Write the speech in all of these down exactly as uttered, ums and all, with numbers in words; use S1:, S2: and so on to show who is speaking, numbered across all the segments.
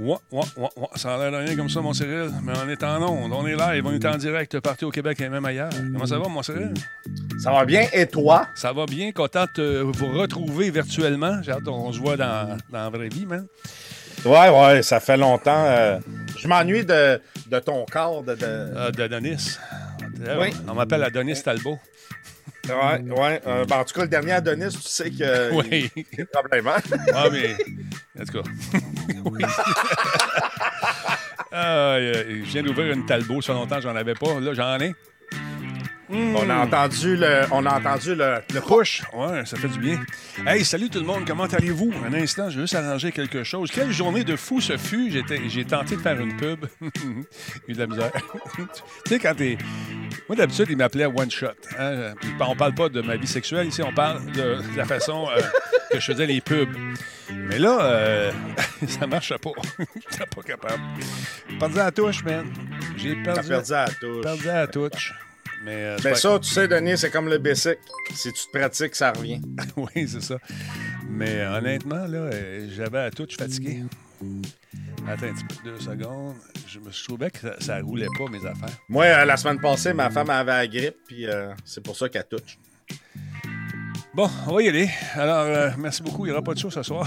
S1: Ouais, ouais, ouais, ouais. Ça a l'air de rien comme ça, mon Cyril. Mais on est en onde, on est live, on est en direct partout au Québec et même ailleurs. Comment ça va, mon Cyril?
S2: Ça va bien, et toi?
S1: Ça va bien, content de vous retrouver virtuellement. J'ai hâte qu'on se voit dans, dans la vraie vie, man.
S2: Ouais, ouais, ça fait longtemps. Euh, je m'ennuie de, de ton corps, de... de...
S1: Euh, d'Adonis.
S2: Oui.
S1: On m'appelle Adonis Talbot.
S2: Ouais, ouais. Euh, ben, en tout cas, le dernier Adonis, tu sais que...
S1: Oui.
S2: Il y a des problèmes, hein?
S1: Ah, mais... En tout cas. Oui. Ah, je viens d'ouvrir une Talbot. Ça fait longtemps que j'en avais pas. Là, j'en ai.
S2: Mm. On a entendu le, on a entendu le, le push.
S1: Ouais, ça fait du bien. Hey, salut tout le monde, comment allez-vous? Un instant, je veux juste arranger quelque chose. Quelle journée de fou ce fut. J'étais, j'ai tenté de faire une pub. J'ai eu de la misère. Tu sais, quand t'es... Moi, d'habitude, il m'appelait One Shot. Hein? Puis, on parle pas de ma vie sexuelle ici, on parle de la façon euh, que je faisais les pubs. Mais là, euh, ça marche pas. J'étais pas capable. Perdu à la touche, man. J'ai perdu,
S2: T'as perdu à la touche.
S1: perdu à la touche. Mais euh,
S2: ben ça, tu sais, Denis, c'est comme le basic. Si tu te pratiques, ça revient.
S1: Oui, c'est ça. Mais euh, honnêtement, là, euh, j'avais à tout, je suis fatigué. Attends un petit peu, deux secondes. Je me je trouvais que ça, ça roulait pas, mes affaires.
S2: Moi, euh, la semaine passée, ma femme avait la grippe, puis euh, c'est pour ça qu'elle touche.
S1: Bon, on va y aller. Alors, euh, merci beaucoup. Il n'y aura pas de show ce soir.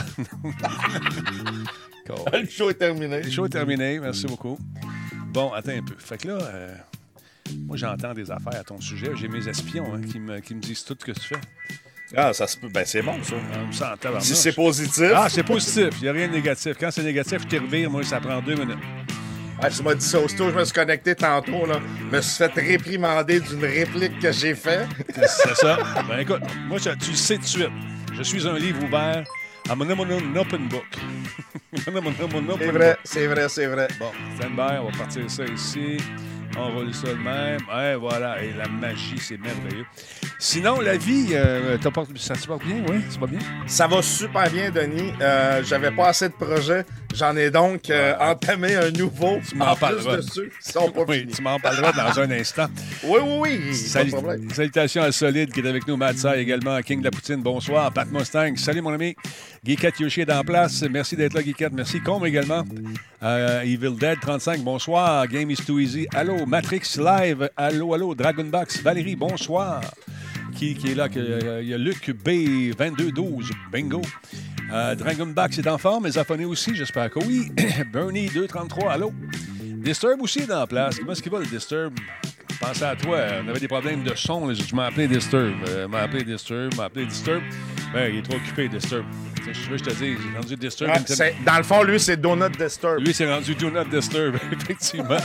S2: Le show est terminé.
S1: Le show est terminé. Merci beaucoup. Bon, attends un peu. Fait que là... Euh, moi, j'entends des affaires à ton sujet. J'ai mes espions hein, qui, me, qui me disent tout ce que tu fais.
S2: Ah, ça se peut. Ben, c'est bon, ça.
S1: On me sent en tabarnouche.
S2: Si c'est positif.
S1: Ah, c'est positif. Il n'y a rien de négatif. Quand c'est négatif, je t'y revire. Moi, ça prend deux minutes.
S2: Ah, tu m'as dit ça aussitôt. Je me suis connecté tantôt. Là. Je me suis fait réprimander d'une réplique que j'ai faite.
S1: C'est ça. Ben, écoute, moi, tu le sais tout de suite. Je suis un livre ouvert. I'm an open book.
S2: C'est vrai, c'est vrai, c'est vrai.
S1: Bon, stand by. On va partir ça ici. On roule ça de même. Et voilà. Et la magie, c'est merveilleux. Sinon, la vie, euh, ça te porte bien, oui? Ça va bien?
S2: Ça va super bien, Denis. Euh, j'avais pas assez de projets. J'en ai donc euh, ah, entamé un nouveau.
S1: Tu m'en
S2: en
S1: parleras.
S2: plus de ceux qui sont pas
S1: oui,
S2: finis.
S1: tu m'en parleras dans un instant.
S2: Oui, oui, oui.
S1: Salut,
S2: pas de problème.
S1: Salutations à Solide qui est avec nous. Matt Sai également. King de la Poutine, bonsoir. Pat Mustang, salut mon ami. Geekette Yoshi est en place. Merci d'être là, Geekette. Merci. Combe également. Euh, Evil Dead trente-cinq, bonsoir. Game is too easy. Allô, Matrix Live. Allô, allô, Dragonbox. Valérie, bonsoir. Qui, qui est là? Il y a Luc B vingt-deux douze. Bingo. Euh, Dragonbox est en forme. Les affonés aussi, j'espère que oui. Bernie deux trente-trois, allô. Disturb aussi est en place. Comment est-ce qu'il va, le Disturb? Pensez à toi, on avait des problèmes de son. Là, je m'ai appelé Disturb. Euh, m'a appelé Disturb, m'a appelé Disturb. Ben, il est trop occupé, Disturb. Si tu veux, je te dis, j'ai rendu Disturb.
S2: Ah, c'est, dans le fond, lui, c'est Do Not Disturb.
S1: Lui, c'est rendu Do Not Disturb, effectivement.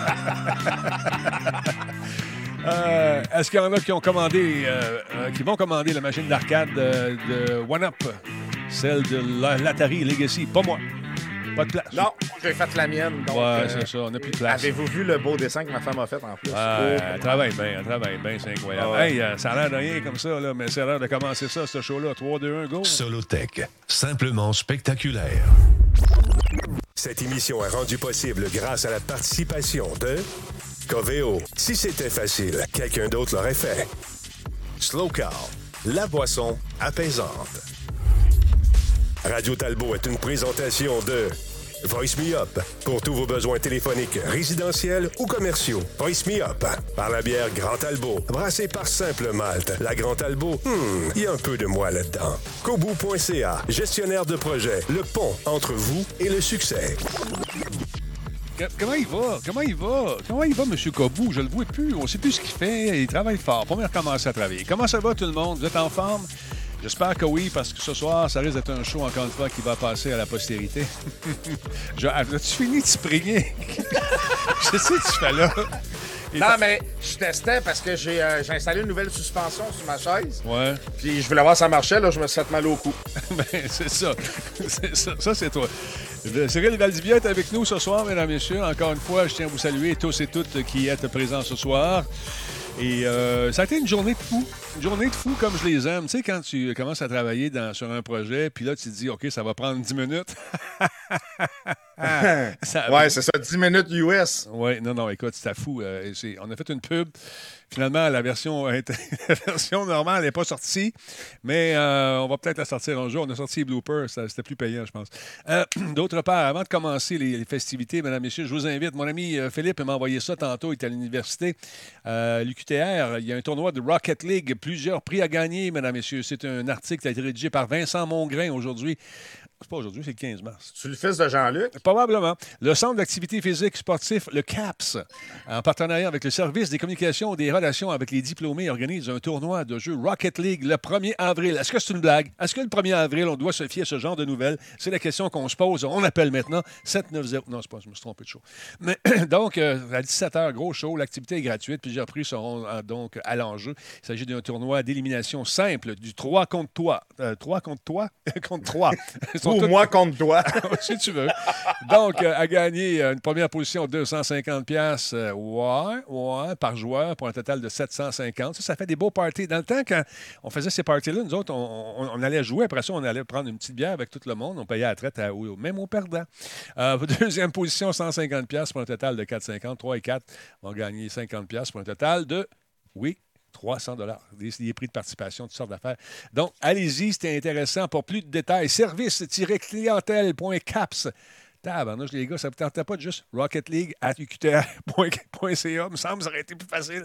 S1: euh, est-ce qu'il y en a qui ont commandé, euh, euh, qui vont commander la machine d'arcade de, de One-Up, celle de l'Atari Legacy? Pas moi. Pas de place.
S2: Non, j'ai fait la mienne. Donc,
S1: ouais,
S2: euh,
S1: c'est ça, on n'a plus de place.
S2: Avez-vous vu le beau dessin que ma femme a fait en plus?
S1: Euh,
S2: oh,
S1: elle travaille bien, elle travaille bien, c'est incroyable.
S2: Ah ouais.
S1: Hey, euh, ça a l'air de rien comme ça, là, mais c'est l'heure de commencer ça, ce show-là. trois, deux, un, go!
S3: Solotech, simplement spectaculaire.
S4: Cette émission est rendue possible grâce à la participation de Coveo. Si c'était facile, quelqu'un d'autre l'aurait fait. Slow Car, la boisson apaisante. Radio Talbot est une présentation de Voice Me Up pour tous vos besoins téléphoniques, résidentiels ou commerciaux. Voice Me Up par la bière Grand Talbot, brassée par Simple Malte. La Grand Talbot, hmm, il y a un peu de moi là-dedans. Kobu point c a, gestionnaire de projet, le pont entre vous et le succès.
S1: Comment il va? Comment il va? Comment il va, M. Kobu? Je le vois plus. On ne sait plus ce qu'il fait. Il travaille fort. Pas recommencer à travailler. Comment ça va, tout le monde? Vous êtes en forme? J'espère que oui, parce que ce soir, ça risque d'être un show, encore une fois, qui va passer à la postérité. Je, as-tu fini de springer? Je sais que tu fais là. Et
S2: non, mais je testais parce que j'ai, euh, j'ai installé une nouvelle suspension sur ma chaise.
S1: Ouais.
S2: Puis je voulais voir si ça marchait. Là, je me suis fait mal au cou.
S1: Ben, c'est ça. C'est ça. Ça, c'est toi. Cyril Valdivia est avec nous ce soir, mesdames et messieurs. Encore une fois, je tiens à vous saluer tous et toutes qui êtes présents ce soir. Et euh, ça a été une journée de fou. Une journée de fou comme je les aime. Tu sais, quand tu commences à travailler dans, sur un projet, puis là, tu te dis, OK, ça va prendre dix minutes.
S2: ça... Ouais, c'est ça, dix minutes U S.
S1: Oui, non, non, écoute, c'était fou. Euh, c'est... On a fait une pub. Finalement, la version, la version normale n'est pas sortie, mais euh, on va peut-être la sortir un jour. On a sorti les bloopers, ça, c'était plus payant, je pense. Euh, d'autre part, avant de commencer les, les festivités, mesdames, messieurs, je vous invite. Mon ami euh, Philippe m'a envoyé ça tantôt. Il est à l'université. Euh, L'U Q T R, il y a un tournoi de Rocket League. Plusieurs prix à gagner, mesdames, messieurs. C'est un article qui a été rédigé par Vincent Mongrain aujourd'hui. C'est pas aujourd'hui, c'est le quinze mars.
S2: Tu es le fils de Jean-Luc?
S1: Probablement. Le Centre d'activité physique sportif, le CAPS, en partenariat avec le Service des communications et des relations avec les diplômés, organise un tournoi de jeu Rocket League le premier avril. Est-ce que c'est une blague? Est-ce que le premier avril, on doit se fier à ce genre de nouvelles? C'est la question qu'on se pose. On appelle maintenant sept neuf zéro. Non, c'est pas, je me suis trompé de show. Mais, donc, euh, à dix-sept heures, gros show. L'activité est gratuite. Plusieurs prix seront euh, donc à l'enjeu. Il s'agit d'un tournoi d'élimination simple, du trois contre toi. Euh, trois contre toi? contre trois.
S2: Ou tous... moi contre toi.
S1: Si tu veux. Donc, euh, à gagner euh, une première position, deux cent cinquante dollars euh, ouais, ouais, par joueur pour un total de sept cent cinquante. Ça, ça fait des beaux parties. Dans le temps, quand on faisait ces parties-là, nous autres, on, on, on allait jouer. Après ça, on allait prendre une petite bière avec tout le monde. On payait la traite à, au, même aux perdants. Euh, deuxième position, cent cinquante dollars pour un total de quatre cent cinquante. trois et quatre vont gagner cinquante dollars pour un total de, oui, trois cents dollars. Des, des prix de participation, toutes sortes d'affaires. Donc, allez-y, c'était intéressant. Pour plus de détails, service tiret clientèle point caps. Tabarnouche, les gars, ça ne vous tentait pas de juste Rocket League at u q t r point c a. Il me semble que ça aurait été plus facile.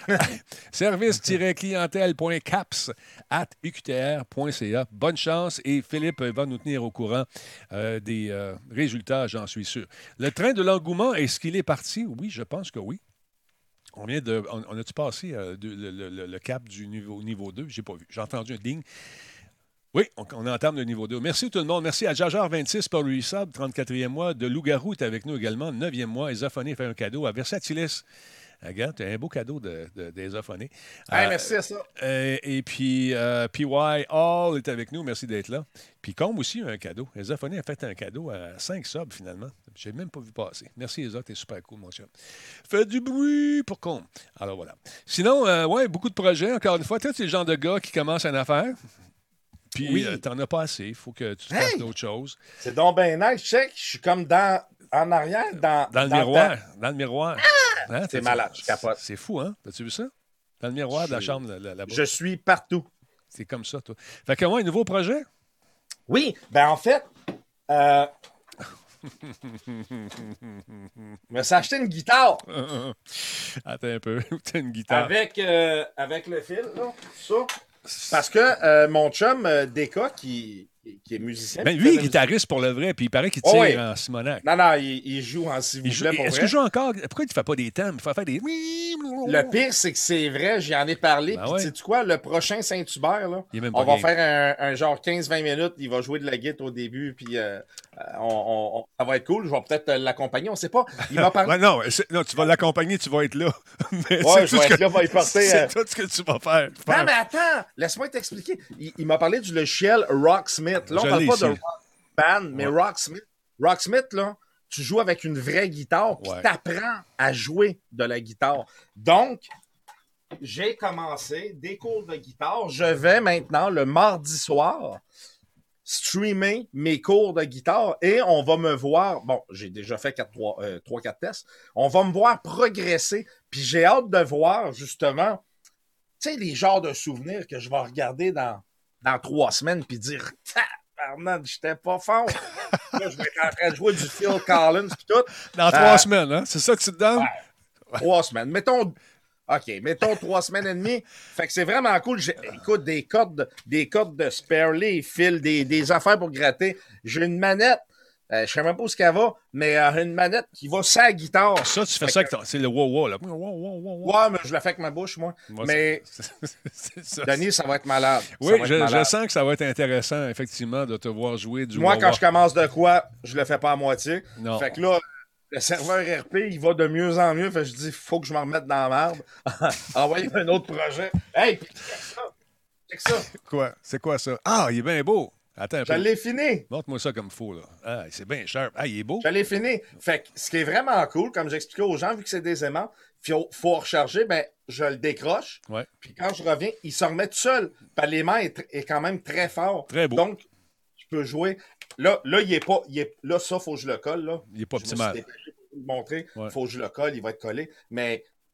S1: service tiret clientèle point caps at u q t r point c a. Bonne chance et Philippe va nous tenir au courant euh, des euh, résultats, j'en suis sûr. Le train de l'engouement, est-ce qu'il est parti? Oui, je pense que oui. On vient de. On, on a-tu passé euh, de, le, le, le cap du niveau, niveau deux? Je n'ai pas vu. J'ai entendu un ding. Oui, on, on entame le niveau deux. Merci tout le monde. Merci à Jajar vingt-six pour le resub, trente-quatrième mois. De Loup-Garou est avec nous également, neuvième mois. Esophoné fait un cadeau à Versatilis. Regarde, tu as un beau cadeau de, de, d'Esophoné.
S2: Hey,
S1: euh,
S2: merci à ça.
S1: Euh, et puis, euh, P Y All est avec nous. Merci d'être là. Puis, Combe aussi a un cadeau. Esophoné a fait un cadeau à cinq subs, finalement. Je n'ai même pas vu passer. Merci, Esa. T'es super cool, mon chum. Fais du bruit pour Combe. Alors, voilà. Sinon, euh, ouais, beaucoup de projets. Encore une fois, tu es le genre de gars qui commence une affaire. Puis,
S2: oui.
S1: euh, t'en as pas assez. Il faut que tu
S2: hey!
S1: fasses d'autres choses.
S2: C'est donc bien nice. Check, je suis comme dans, en arrière, dans,
S1: dans le
S2: dans
S1: miroir.
S2: Ta...
S1: Dans le miroir.
S2: Ah!
S1: Hein,
S2: c'est malade, je capote.
S1: C'est fou, hein? As-tu vu ça? Dans le miroir je... de la chambre là, là-bas.
S2: Je suis partout.
S1: C'est comme ça, toi. Fait que, ouais, un nouveau projet?
S2: Oui. Ben, en fait, euh... je me suis acheté une guitare.
S1: Attends un peu. T'as une guitare.
S2: Avec, euh, avec le fil, là. Ça. Parce que euh, mon chum, euh, Deka, qui, qui est musicien.
S1: Ben, lui, il est guitariste pour le vrai, puis il paraît qu'il tire oh, oui. en Simonac.
S2: Non, non, il, il joue en s'il vous plaît. Pour
S1: Est-ce
S2: vrai.
S1: qu'il joue encore? Pourquoi il ne fait pas des thèmes? Il faut faire des.
S2: Le pire, c'est que c'est vrai, j'en ai parlé. Ben puis, ouais. sais-tu quoi? Le prochain Saint-Hubert, là, on va game. faire un, un genre quinze vingt minutes. Il va jouer de la guitare au début, puis euh, on, on, ça va être cool. Je vais peut-être l'accompagner, on ne sait pas. Il m'a parlé.
S1: ouais, non, non, tu vas l'accompagner, tu vas être là.
S2: Mais ouais, je vais être que... là, va y porter.
S1: C'est tout ce que tu vas faire.
S2: Non, mais attends, laisse-moi t'expliquer. Il, il m'a parlé du logiciel Rocksmith. Là, on ne parle pas ici. de Rock Band, mais ouais. Rocksmith. Rocksmith, là, tu joues avec une vraie guitare, puis ouais. tu apprends à jouer de la guitare. Donc, j'ai commencé des cours de guitare. Je vais maintenant, le mardi soir, streamer mes cours de guitare et on va me voir. Bon, j'ai déjà fait trois quatre tests. On va me voir progresser, puis j'ai hâte de voir, justement, tu sais, les genres de souvenirs que je vais regarder dans, dans trois semaines, puis dire « Arnaud, j'étais pas fort. » Là, je vais être en train de jouer du Phil Collins, puis tout.
S1: Dans trois euh, semaines, hein? C'est ça que tu te donnes?
S2: Ouais, trois semaines. Mettons... OK, mettons trois semaines et demie. Fait que c'est vraiment cool. J'ai, écoute, des cordes, des cordes de Sparley, fil, des, des affaires pour gratter. J'ai une manette. Euh, je sais même pas où ce qu'elle va, mais euh, une manette qui va sur la guitare.
S1: Ça, tu fais fait ça que... avec c'est le wow-wow, là. Wow, wow, wow.
S2: Ouais, mais je le fais avec ma bouche, moi. moi mais, c'est, c'est ça. Denis, ça va être malade.
S1: Oui,
S2: être
S1: je,
S2: malade.
S1: je sens que ça va être intéressant, effectivement, de te voir jouer du
S2: Moi,
S1: wow-wow.
S2: quand je commence de quoi, je le fais pas à moitié.
S1: Non.
S2: Fait que là, le serveur R P, il va de mieux en mieux. Fait que je dis, il faut que je me remette dans la merde. Envoyez un autre projet. Hey, puis check ça. Check ça.
S1: Quoi? C'est quoi ça? Ah, il est bien beau. Attends un peu.
S2: Je l'ai fini.
S1: Montre-moi ça comme il faut, là. Ah, c'est bien sharp. Ah, il est beau.
S2: Je l'ai fini. Fait que ce qui est vraiment cool, comme j'expliquais aux gens, vu que c'est des aimants, il faut, faut recharger, ben, je le décroche.
S1: Ouais.
S2: Puis quand je reviens, il se remet tout seul. Puis l'aimant est, est quand même très fort.
S1: Très beau.
S2: Donc, je peux jouer. Là, là, il est pas. Il est, là, ça, il faut que je le colle. Là.
S1: Il n'est pas
S2: je
S1: optimal.
S2: Me suis dépêché pour le montrer. Il
S1: ouais.
S2: faut que je le colle, il va être collé. Mais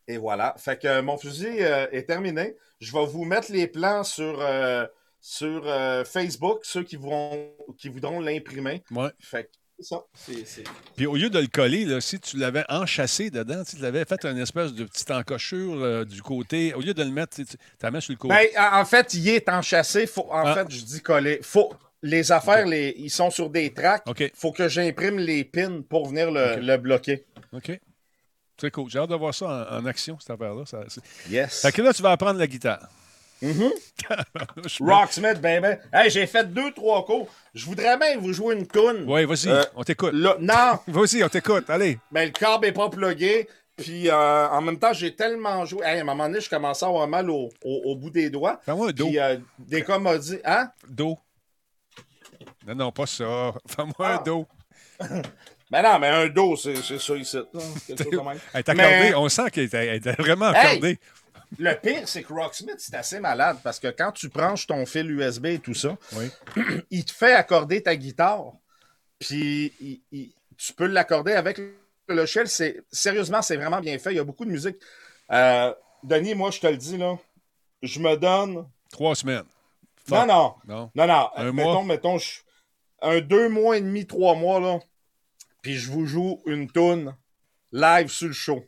S2: Et voilà. Fait que euh, mon fusil euh, est terminé. Je vais vous mettre les plans sur, euh, sur euh, Facebook, ceux qui, vont, qui voudront l'imprimer.
S1: Ouais.
S2: Fait que c'est ça. C'est, c'est...
S1: Puis au lieu de le coller, là, si tu l'avais enchâssé dedans, tu l'avais fait une espèce de petite encochure euh, du côté, au lieu de le mettre, tu la mets sur le côté.
S2: Ben, en fait, il est enchâssé. Faut, en
S1: ah.
S2: fait, je dis coller. Faut, les affaires, okay. les, ils sont sur des tracks. Il
S1: okay.
S2: faut que j'imprime les pins pour venir le, okay. le bloquer.
S1: OK. C'est cool. J'ai hâte de voir ça en, en action, cette affaire-là. Ça,
S2: yes.
S1: Fait que là, tu vas apprendre la guitare.
S2: Mm-hmm. Rocksmith, ben ben. Hey, j'ai fait deux, trois cours. Je voudrais bien vous jouer une toune.
S1: Oui, vas-y, euh, on t'écoute.
S2: Là, non.
S1: Vas-y, on t'écoute, allez.
S2: Ben, le câble n'est pas plugué. Puis, euh, en même temps, j'ai tellement joué. Hey, à un moment donné, je commençais à avoir mal au, au, au bout des doigts.
S1: Fais-moi un dos.
S2: Puis, euh, des cas m'a dit, hein?
S1: Dos. Non, non, pas ça. Fais-moi ah. un dos.
S2: Ben non, mais un dos, c'est, c'est ça ici. Quelque chose de même.
S1: Elle est accordée. Mais... On sent qu'elle était, était vraiment accordée.
S2: Hey! Le pire, c'est que Rocksmith, c'est assez malade parce que quand tu branches ton fil U S B et tout ça,
S1: oui.
S2: il te fait accorder ta guitare. Puis il, il, tu peux l'accorder avec le logiciel. C'est, sérieusement, c'est vraiment bien fait. Il y a beaucoup de musique. Euh, Denis, moi, je te le dis, là, je me donne...
S1: Trois semaines.
S2: Non, non.
S1: Non,
S2: non. non.
S1: Un
S2: mettons,
S1: mois?
S2: mettons, je... un deux mois et demi, trois mois, là. Puis je vous joue une toune live sur le show.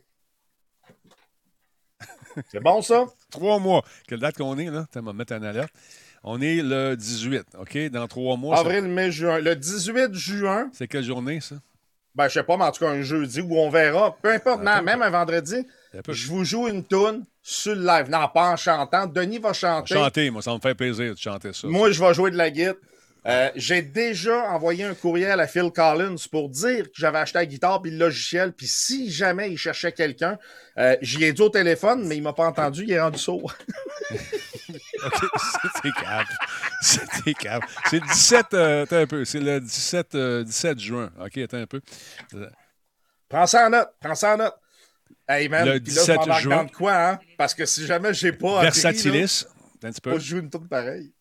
S2: C'est bon, ça?
S1: Trois mois. Quelle date qu'on est, là? Tu vas me mettre un alerte. On est le dix-huit, OK? Dans trois mois.
S2: Avril,
S1: ça...
S2: mai, juin. Le dix-huit juin.
S1: C'est quelle journée, ça?
S2: Ben, je sais pas, mais en tout cas, un jeudi où on verra. Peu importe, non, même un vendredi, je vous joue une toune sur le live. Non, pas en chantant. Denis va chanter.
S1: Chanter, moi, ça me fait plaisir de chanter ça.
S2: Moi, je vais jouer de la guitare. Euh, j'ai déjà envoyé un courriel à Phil Collins pour dire que j'avais acheté la guitare puis le logiciel, puis si jamais il cherchait quelqu'un, euh, j'y ai dit au téléphone, mais il m'a pas entendu, il est rendu sourd.
S1: OK, c'était cave. C'était cave. C'est le dix-sept, euh, attends un peu, c'est le dix-sept, euh, dix-sept juin. OK, attends un peu.
S2: Prends ça en note, prends ça en note. Hey man,
S1: le dix-sept
S2: là, je
S1: juin.
S2: dans de quoi, hein? Parce que si jamais j'ai pas
S1: Versatilis,
S2: appris, là,
S1: un petit peu.
S2: Faut que je joue une tourne pareille.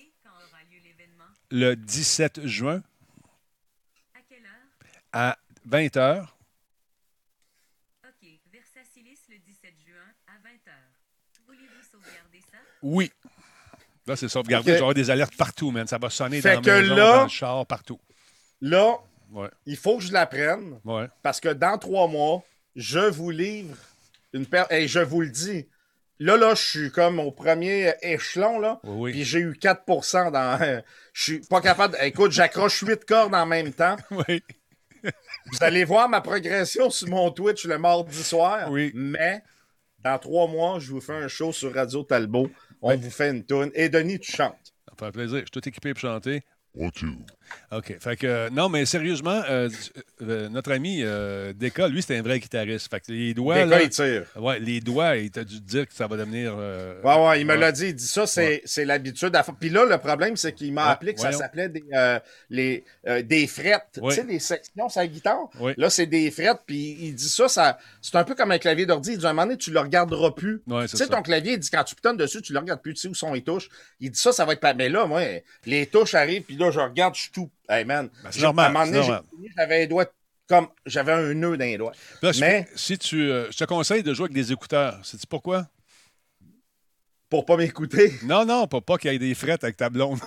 S1: Le dix-sept juin.
S5: À quelle heure?
S1: À vingt heures.
S5: OK. Versatilis le dix-sept juin à vingt heures. Voulez-vous sauvegarder ça?
S1: Oui. Là, c'est sauvegardé.
S2: Okay.
S1: Je vais avoir des alertes partout, man. Ça va sonner
S2: fait
S1: dans
S2: que
S1: la maison,
S2: là,
S1: dans le char, partout.
S2: Là,
S1: ouais.
S2: il faut que je la prenne.
S1: Ouais.
S2: Parce que dans trois mois, je vous livre une paire. Et je vous le dis. Là, là, je suis comme au premier échelon, là.
S1: Oui, oui.
S2: Puis j'ai eu quatre pour cent dans. Euh, je suis pas capable. De... Écoute, j'accroche huit cordes en même temps.
S1: Oui.
S2: Vous allez voir ma progression sur mon Twitch le mardi soir.
S1: Oui.
S2: Mais dans trois mois, je vous fais un show sur Radio Talbot. On oui. vous fait une toune. Et Denis, tu chantes.
S1: Ça me fait plaisir. Je suis tout équipé pour chanter.
S3: One, two.
S1: OK. Fait que, euh, non, mais sérieusement, euh, euh, notre ami euh, Deka, lui, c'était un vrai guitariste. Fait que les doigts.
S2: Deka,
S1: là,
S2: il tire.
S1: Ouais, les doigts, il t'a dû dire que ça va devenir. Euh,
S2: ouais, ouais, il me
S1: ouais.
S2: l'a dit. Il dit ça, c'est, ouais. c'est l'habitude. À... Puis là, le problème, c'est qu'il m'a ouais, appelé que voyons. Ça s'appelait des, euh, les, euh, des frettes.
S1: Ouais.
S2: Tu sais, les sections sur la guitare.
S1: Ouais.
S2: Là, c'est des frettes. Puis il dit ça, ça, c'est un peu comme un clavier d'ordi. Il dit à un moment donné, tu le regarderas plus.
S1: Ouais,
S2: tu sais, ton clavier, il dit quand tu pitonnes dessus, tu le regardes plus. Tu sais où sont les touches. Il dit ça, ça va être pas. Mais là, moi, les touches arrivent. Puis là, je regarde, je suis tout. Hey man,
S1: ben, c'est normal. À un moment donné,
S2: normal. J'avais les doigts comme. J'avais un nœud dans les doigts.
S1: Là,
S2: mais.
S1: Si tu. Euh, je te conseille de jouer avec des écouteurs. Sais-tu pourquoi?
S2: Pour pas m'écouter.
S1: Non, non, pour pas qu'il y ait des frettes avec ta blonde.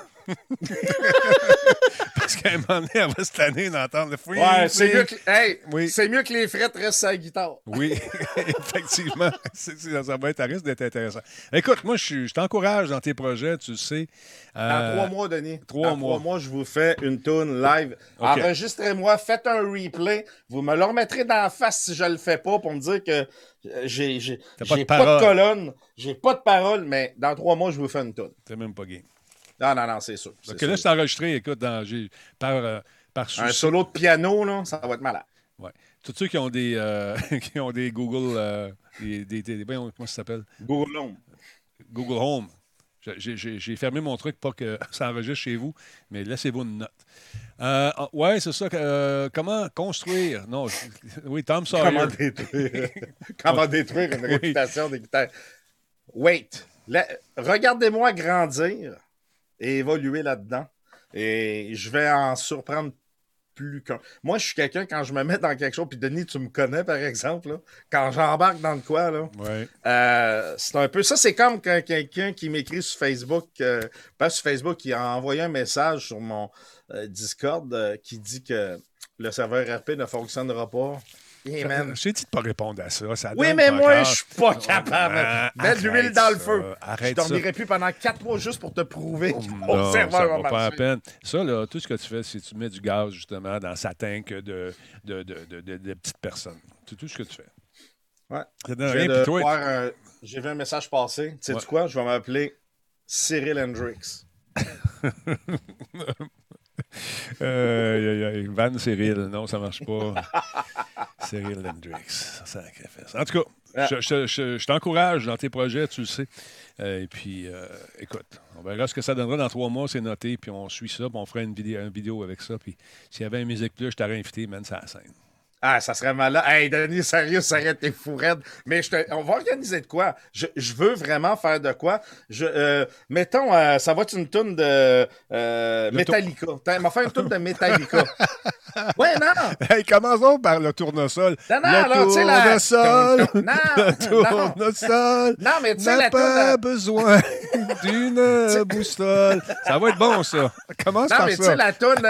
S1: Parce qu'à un moment donné, elle va se tanner d'entendre le fouille.
S2: Ouais, c'est mieux, que, hey,
S1: oui.
S2: c'est mieux que les frettes restent à la guitare.
S1: Oui, effectivement. C'est, c'est, ça va être, ça risque d'être intéressant. Écoute, moi, je, je t'encourage dans tes projets, tu le sais.
S2: Euh, dans trois mois, Denis.
S1: Trois
S2: dans
S1: mois.
S2: trois mois, je vous fais une tune live. Okay. Enregistrez-moi, faites un replay. Vous me le remettrez dans la face si je le fais pas pour me dire que j'ai, j'ai,
S1: pas,
S2: j'ai
S1: de,
S2: pas de colonne, j'ai pas de parole, mais dans trois mois, je vous fais une tune.
S1: T'es même pas game.
S2: Non, non, non, c'est sûr. C'est
S1: Donc
S2: sûr.
S1: là, c'est enregistré, écoute, dans, j'ai, par, euh, par souci.
S2: Un solo de piano, là, ça va être malade.
S1: Ouais. Tous ceux qui ont des, euh, qui ont des Google, euh, des, des, des, des, comment ça s'appelle?
S2: Google Home.
S1: Google Home. J'ai, j'ai, j'ai fermé mon truc pour que ça enregistre chez vous, mais laissez-vous une note. Euh, oui, c'est ça. Euh, comment construire? Non, je, oui, Tom Sawyer.
S2: Comment détruire, comment détruire une réputation oui. de guitare? Wait. La, regardez-moi grandir et évoluer là-dedans. Et je vais en surprendre plus qu'un. Moi, je suis quelqu'un, quand je me mets dans quelque chose, puis Denis, tu me connais, par exemple, là, quand j'embarque dans le quoi, là,
S1: ouais.
S2: euh, c'est un peu... Ça, c'est comme quand quelqu'un qui m'écrit sur Facebook, euh, pas sur Facebook, qui a envoyé un message sur mon euh, Discord euh, qui dit que le serveur R P ne fonctionnera pas. Hey, man.
S1: Je t'ai dit de pas répondre à ça. ça
S2: oui, mais moi, je suis pas capable.
S1: Ah,
S2: Mettre de l'huile dans le feu.
S1: Arrête
S2: je dormirai plus pendant quatre mois juste pour te prouver
S1: oh,
S2: que
S1: non,
S2: mon serveur
S1: ça
S2: va
S1: va pas
S2: marcher.
S1: à peine. Ça, là, tout ce que tu fais, c'est que tu mets du gaz, justement, dans sa tank de, de, de, de, de, de petites personnes. C'est tout ce que tu fais.
S2: Ouais.
S1: Ça
S2: donne rien, de toi... voir, euh, j'ai vu un message passer. Tu sais ouais. quoi? Je vais m'appeler Cyril Hendrix.
S1: euh, Van Cyril, non, ça marche pas. Cyril Hendrix, sacrifice. En tout cas, yeah. je, je, je, je t'encourage dans tes projets, tu le sais. Euh, et puis, euh, écoute, on verra ce que ça donnera dans trois mois, c'est noté, puis on suit ça, puis on fera une vidéo, une vidéo avec ça. Puis s'il y avait un Musique Plus, je t'aurais invité, man, ça la scène.
S2: Ah, ça serait malade. Hey, Denis, sérieux, ça arrête tes fourrettes. Mais je te... on va organiser de quoi? Je, je veux vraiment faire de quoi? Je, euh, mettons, euh, ça va être une toune de euh, Metallica. On va faire une toune de Metallica. Ouais, non!
S1: Hey, commençons par le tournesol.
S2: Non, non,
S1: le
S2: là, tu sais, la...
S1: tournesol!
S2: Non,
S1: le tournesol!
S2: Non, mais tu sais,
S1: n'a
S2: la
S1: pas
S2: toune...
S1: besoin d'une boussole. Ça va être bon, ça. Commence
S2: non,
S1: par
S2: mais
S1: ça.
S2: tu sais, la toune...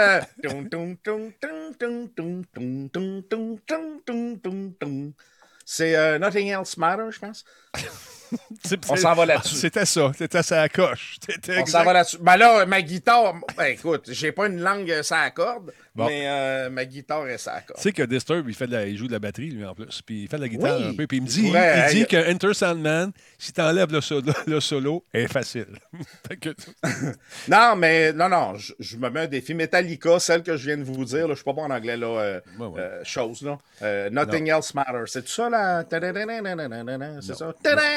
S2: C'est euh, Nothing Else Matters, je pense. On s'en va là-dessus.
S1: C'était ça. C'était ça à coche.
S2: On s'en va là-dessus. Ben là, ma guitare... Ben écoute, j'ai pas une langue ça accorde, bon. mais euh, ma guitare est ça accorde.
S1: Tu sais que Disturb, il, fait de la... il joue de la batterie, lui, en plus. Puis il fait de la guitare
S2: oui,
S1: un peu. Puis il me dit,
S2: pourrait,
S1: il dit
S2: hey,
S1: que Enter Sandman, si t'enlèves le solo, le solo, est facile. que...
S2: non, mais non, non. Je, je me mets un défi. Metallica, celle que je viens de vous dire, là, je suis pas bon en anglais, là. Euh, ouais, ouais. Euh, chose, là. Euh, Nothing non. Else Matters. C'est tout ça, là? C'est ça?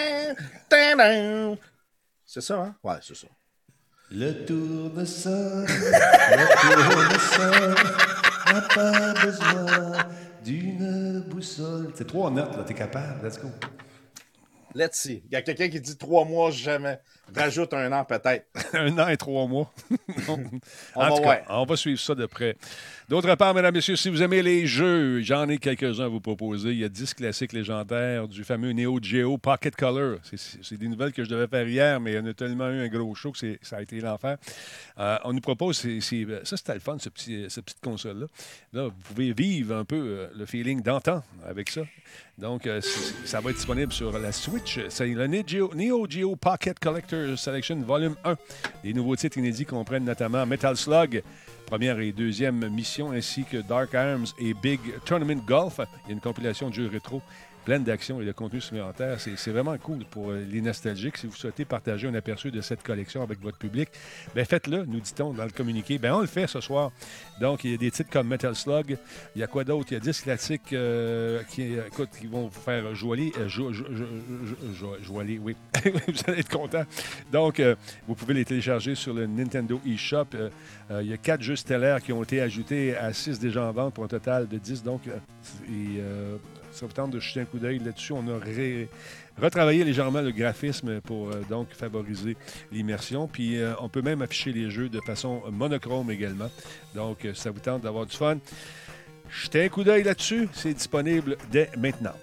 S2: C'est ça, hein? Ouais, c'est ça.
S1: Le tournesol, le tournesol n'a pas besoin d'une boussole. C'est trois notes, là, t'es capable, let's go.
S2: Let's see. Il y a quelqu'un qui dit trois mois, jamais. Rajoute un an, peut-être.
S1: un an et trois mois.
S2: on,
S1: en
S2: va
S1: tout cas,
S2: ouais.
S1: on va suivre ça de près. D'autre part, mesdames et messieurs, si vous aimez les jeux, j'en ai quelques-uns à vous proposer. Il y a dix classiques légendaires du fameux Neo Geo Pocket Color. C'est, c'est des nouvelles que je devais faire hier, mais on a tellement eu un gros show que c'est, ça a été l'enfer. Euh, on nous propose, c'est, c'est, ça c'était le fun, ce petit, cette petite console-là. Là, vous pouvez vivre un peu euh, le feeling d'antan avec ça. Donc, euh, ça va être disponible sur la Switch. C'est le Neo Geo, Neo Geo Pocket Collector Selection Volume un. Les nouveaux titres inédits comprennent notamment Metal Slug, première et deuxième mission, ainsi que Dark Arms et Big Tournament Golf. Il y a une compilation de jeux rétro pleine d'action et de contenu supplémentaire. C'est, c'est vraiment cool pour les nostalgiques. Si vous souhaitez partager un aperçu de cette collection avec votre public, bien faites-le, nous dit-on dans le communiqué. Bien, on le fait ce soir. Donc, il y a des titres comme Metal Slug. Il y a quoi d'autre? Il y a dix classiques euh, qui, écoute, qui vont vous faire joaler. Euh, jo, jo, jo, jo, jo, joaler, oui. Vous allez être contents. Donc, euh, vous pouvez les télécharger sur le Nintendo eShop. Euh, euh, il y a quatre jeux stellaires qui ont été ajoutés à six déjà en vente pour un total de dix. Donc, euh, et, euh, ça vous tente de jeter un coup d'œil là-dessus. On a ré... retravaillé légèrement le graphisme pour euh, donc favoriser l'immersion. Puis euh, on peut même afficher les jeux de façon monochrome également. Donc euh, ça vous tente d'avoir du fun. Jetez un coup d'œil là-dessus. C'est disponible dès maintenant.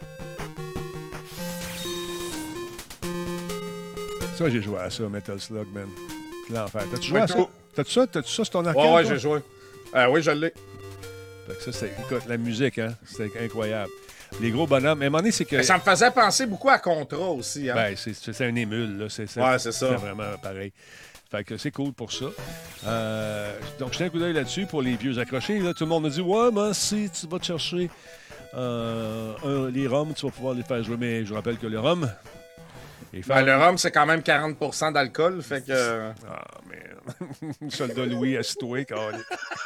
S1: Ça, j'ai joué à ça, Metal Slug, man. L'enfer. T'as-tu joué à ça? T'as-tu ça? T'as-tu ça sur ton arcade?
S2: Ouais, ouais, j'ai joué. Euh, oui, je l'ai.
S1: Ça, c'est, écoute, la musique, hein, c'était incroyable. Les gros bonhommes. Mais à un moment donné, c'est que...
S2: Mais ça me faisait penser beaucoup à Contra aussi. Hein?
S1: Ben, c'est, c'est un émule, là. C'est, c'est,
S2: ouais, c'est ça.
S1: C'est vraiment pareil. Fait que c'est cool pour ça. Euh, donc, jetez un coup d'œil là-dessus pour les vieux accrochés. Là, tout le monde me dit, ouais, mais si tu vas te chercher euh, un, les rums, tu vas pouvoir les faire jouer. Mais je rappelle que le rhum...
S2: Faire... Ben, le rhum, c'est quand même quarante pour cent d'alcool, fait que...
S1: Ah, man. Soldat Louis, assis-toi, carré.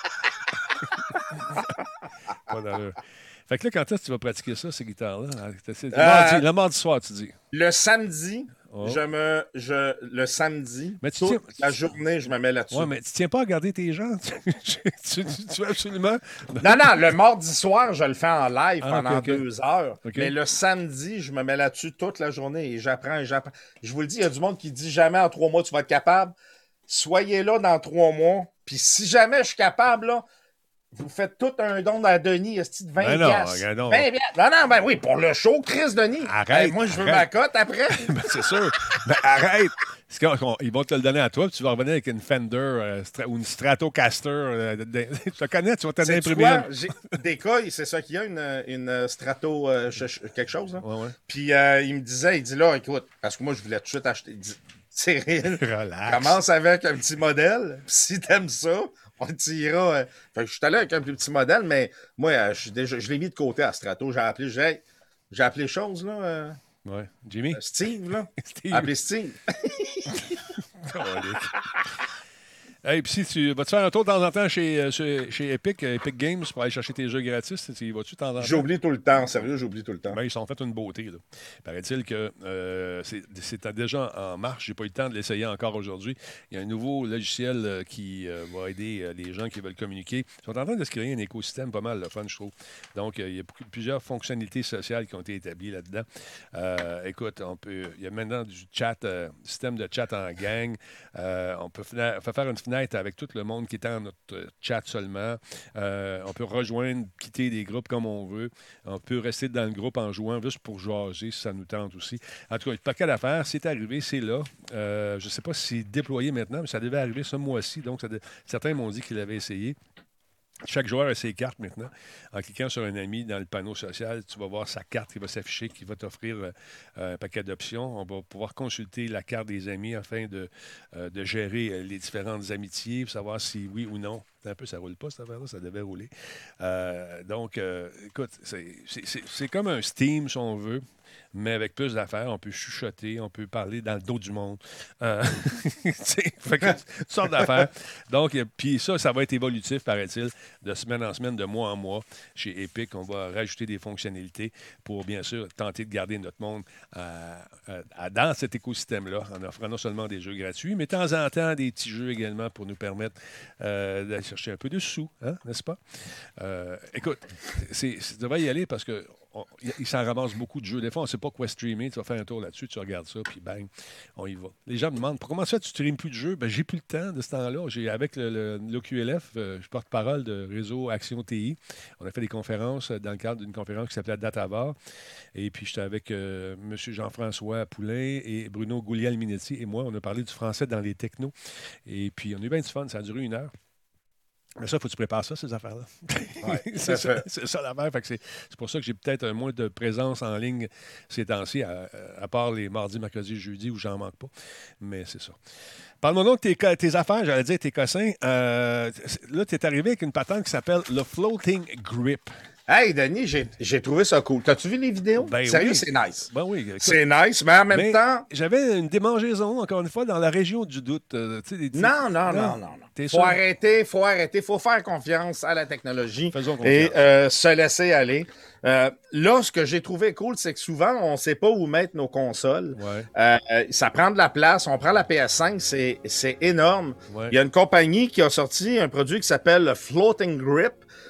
S1: Pas d'allure. Fait que là, quand est-ce que tu vas pratiquer ça, ces guitares-là? C'est le, euh, mardi, le mardi soir, tu dis.
S2: Le samedi, oh. je me... Je, le samedi, mais tu toute tiens, la journée, je me mets là-dessus.
S1: Ouais, mais tu tiens pas à garder tes gens? tu, tu, tu veux absolument...
S2: Non, non, le mardi soir, je le fais en live ah, pendant
S1: okay, okay.
S2: deux heures.
S1: Okay.
S2: Mais le samedi, je me mets là-dessus toute la journée et j'apprends et j'apprends. Je vous le dis, il y a du monde qui dit jamais en trois mois, tu vas être capable. Soyez là dans trois mois. Puis si jamais je suis capable, là, vous faites tout un don à Denis, est-ce de vingt
S1: ben non,
S2: piastres?
S1: non.
S2: vingt piastres. Non, non, ben oui, pour le show, Chris Denis.
S1: Arrête.
S2: Hey, moi, je veux
S1: arrête.
S2: ma cote après.
S1: ben, c'est sûr. Ben, arrête. C'est qu'on, ils vont te le donner à toi, puis tu vas revenir avec une Fender euh, stra- ou une Stratocaster. Euh, de, de, je te connais, tu vas t'en imprimer une.
S2: J'ai des cas, c'est ça qu'il y a, une, une Strato euh, ch- quelque chose. Là.
S1: Ouais, ouais.
S2: Puis euh, il me disait, il dit là, écoute, parce que moi, je voulais tout de suite acheter. Il dit, Cyril,
S1: Relax.
S2: commence avec un petit modèle. Puis si t'aimes ça, on t'ira. Euh... Fait que je suis allé avec un plus petit modèle, mais moi, euh, je, déjà, je l'ai mis de côté à Strato. J'ai appelé, j'ai, hey, j'ai appelé chose, là. Euh,
S1: ouais. Jimmy?
S2: euh, Steve, là.
S1: Steve.
S2: Appelé Steve.
S1: Hey, puis si tu vas-tu faire un tour de temps en temps chez, chez, chez Epic, Epic Games pour aller chercher tes jeux gratis? Tu y vas-tu de temps en temps?
S2: J'oublie tout le temps, sérieux, j'oublie tout le temps.
S1: Ben, ils sont fait une beauté. Là. Paraît-il que euh, c'est, c'est déjà en marche. J'ai pas eu le temps de l'essayer encore aujourd'hui. Il y a un nouveau logiciel euh, qui euh, va aider euh, les gens qui veulent communiquer. Ils sont en train de se créer un écosystème pas mal le fun, je trouve. Donc, euh, il y a beaucoup, plusieurs fonctionnalités sociales qui ont été établies là-dedans. Euh, écoute, on peut, il y a maintenant du chat, euh, système de chat en gang. Euh, on peut, fena- peut faire une fenêtre avec tout le monde qui est en notre chat seulement. Euh, on peut rejoindre, quitter des groupes comme on veut. On peut rester dans le groupe en jouant juste pour jaser si ça nous tente aussi. En tout cas, il n'y a pas qu'à l'affaire. C'est arrivé, c'est là. Euh, je ne sais pas si c'est déployé maintenant, mais ça devait arriver ce mois-ci. Donc, ça de... certains m'ont dit qu'ils l'avaient essayé. Chaque joueur a ses cartes maintenant. En cliquant sur un ami dans le panneau social, tu vas voir sa carte qui va s'afficher, qui va t'offrir euh, un paquet d'options. On va pouvoir consulter la carte des amis afin de, euh, de gérer les différentes amitiés, pour savoir si oui ou non. Un peu, ça ne roule pas, cette affaire-là, ça devait rouler. Euh, donc, euh, écoute, c'est, c'est, c'est, c'est comme un Steam, si on veut, mais avec plus d'affaires. On peut chuchoter, on peut parler dans le dos du monde. Euh, fait que, toutes sortes d'affaires. Donc, puis ça, ça va être évolutif, paraît-il, de semaine en semaine, de mois en mois. Chez Epic, on va rajouter des fonctionnalités pour, bien sûr, tenter de garder notre monde à, à, à, dans cet écosystème-là, en offrant non seulement des jeux gratuits, mais de temps en temps, des petits jeux également pour nous permettre euh, d'aller chercher un peu de sous, hein, n'est-ce pas? Euh, écoute, c'est, c'est, ça devrait y aller parce que on, il s'en ramasse beaucoup de jeux. Des fois, on ne sait pas quoi streamer. Tu vas faire un tour là-dessus, tu regardes ça, puis bang, on y va. Les gens me demandent, pour comment ça, tu ne streames plus de jeux? Ben, j'ai plus le temps de ce temps-là. J'ai, avec le, le, l'O Q L F, euh, je porte-parole de Réseau Action T I. On a fait des conférences dans le cadre d'une conférence qui s'appelait Datavar. Et puis, j'étais avec euh, M. Jean-François Poulain et Bruno Gouliel-Minetti. Et moi, on a parlé du français dans les technos. Et puis, on a eu bien du fun. Ça a duré une heure. Mais ça, il faut que tu prépares ça, ces affaires-là.
S2: Ouais,
S1: c'est, ça, c'est ça l'affaire. Fait que c'est, c'est pour ça que j'ai peut-être un moins de présence en ligne ces temps-ci, à, à part les mardis, mercredis, jeudis où j'en manque pas. Mais c'est ça. Parle-moi donc de tes, tes affaires, j'allais dire tes cossins. Euh, là, tu es arrivé avec une patente qui s'appelle le Floating Grip.
S2: Hey, Denis, j'ai, j'ai trouvé ça cool. T'as-tu vu les vidéos?
S1: Ben
S2: Sérieux,
S1: oui.
S2: c'est nice.
S1: Ben oui, écoute,
S2: c'est nice, mais en même
S1: mais
S2: temps...
S1: J'avais une démangeaison, encore une fois, dans la région du doute. Euh, des, des...
S2: Non, non, non, non. non.
S1: T'es
S2: faut
S1: sûr?
S2: arrêter, faut arrêter, faut faire confiance à la technologie
S1: Faisons confiance.
S2: et euh, se laisser aller. Euh, là, ce que j'ai trouvé cool, c'est que souvent, on ne sait pas où mettre nos consoles.
S1: Ouais.
S2: Euh, ça prend de la place. On prend la P S cinq, c'est, c'est énorme.
S1: Ouais.
S2: Il y a une compagnie qui a sorti un produit qui s'appelle le Floating Grip.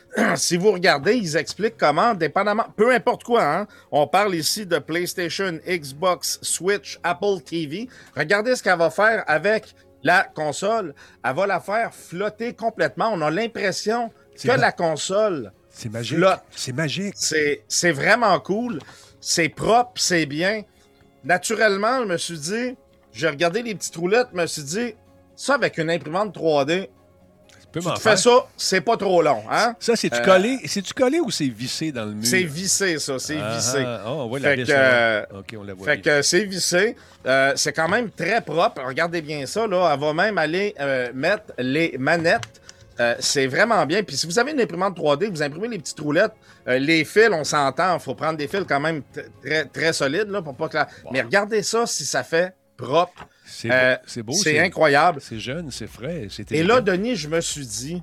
S2: Si vous regardez, ils expliquent comment, dépendamment, peu importe quoi, hein, on parle ici de PlayStation, Xbox, Switch, Apple T V. Regardez ce qu'elle va faire avec la console. Elle va la faire flotter complètement. On a l'impression
S1: C'est
S2: que
S1: ma...
S2: la console
S1: c'est magique.
S2: flotte.
S1: C'est magique.
S2: C'est, c'est vraiment cool. C'est propre, c'est bien. Naturellement, je me suis dit, j'ai regardé les petites roulettes, je me suis dit, ça avec une imprimante trois D, tu te fais ça, c'est pas trop long, hein?
S1: Ça, c'est-tu
S2: euh,
S1: collé? C'est-tu collé ou c'est vissé dans le mur?
S2: C'est vissé, ça, c'est
S1: ah,
S2: vissé.
S1: Ah, oh, on voit
S2: fait
S1: la vis.
S2: Que, euh,
S1: OK, on la voit
S2: fait
S1: bien.
S2: que c'est vissé. Euh, c'est quand même très propre. Regardez bien ça, là. Elle va même aller euh, mettre les manettes. Euh, c'est vraiment bien. Puis si vous avez une imprimante trois D, vous imprimez les petites roulettes, euh, les fils, on s'entend, il faut prendre des fils quand même t- très, très solides, là, pour pas que la... wow. Mais regardez ça, si ça fait propre.
S1: C'est,
S2: euh,
S1: beau, c'est beau.
S2: C'est,
S1: c'est
S2: incroyable.
S1: C'est jeune, c'est frais. C'est
S2: Et là, Denis, je me suis dit...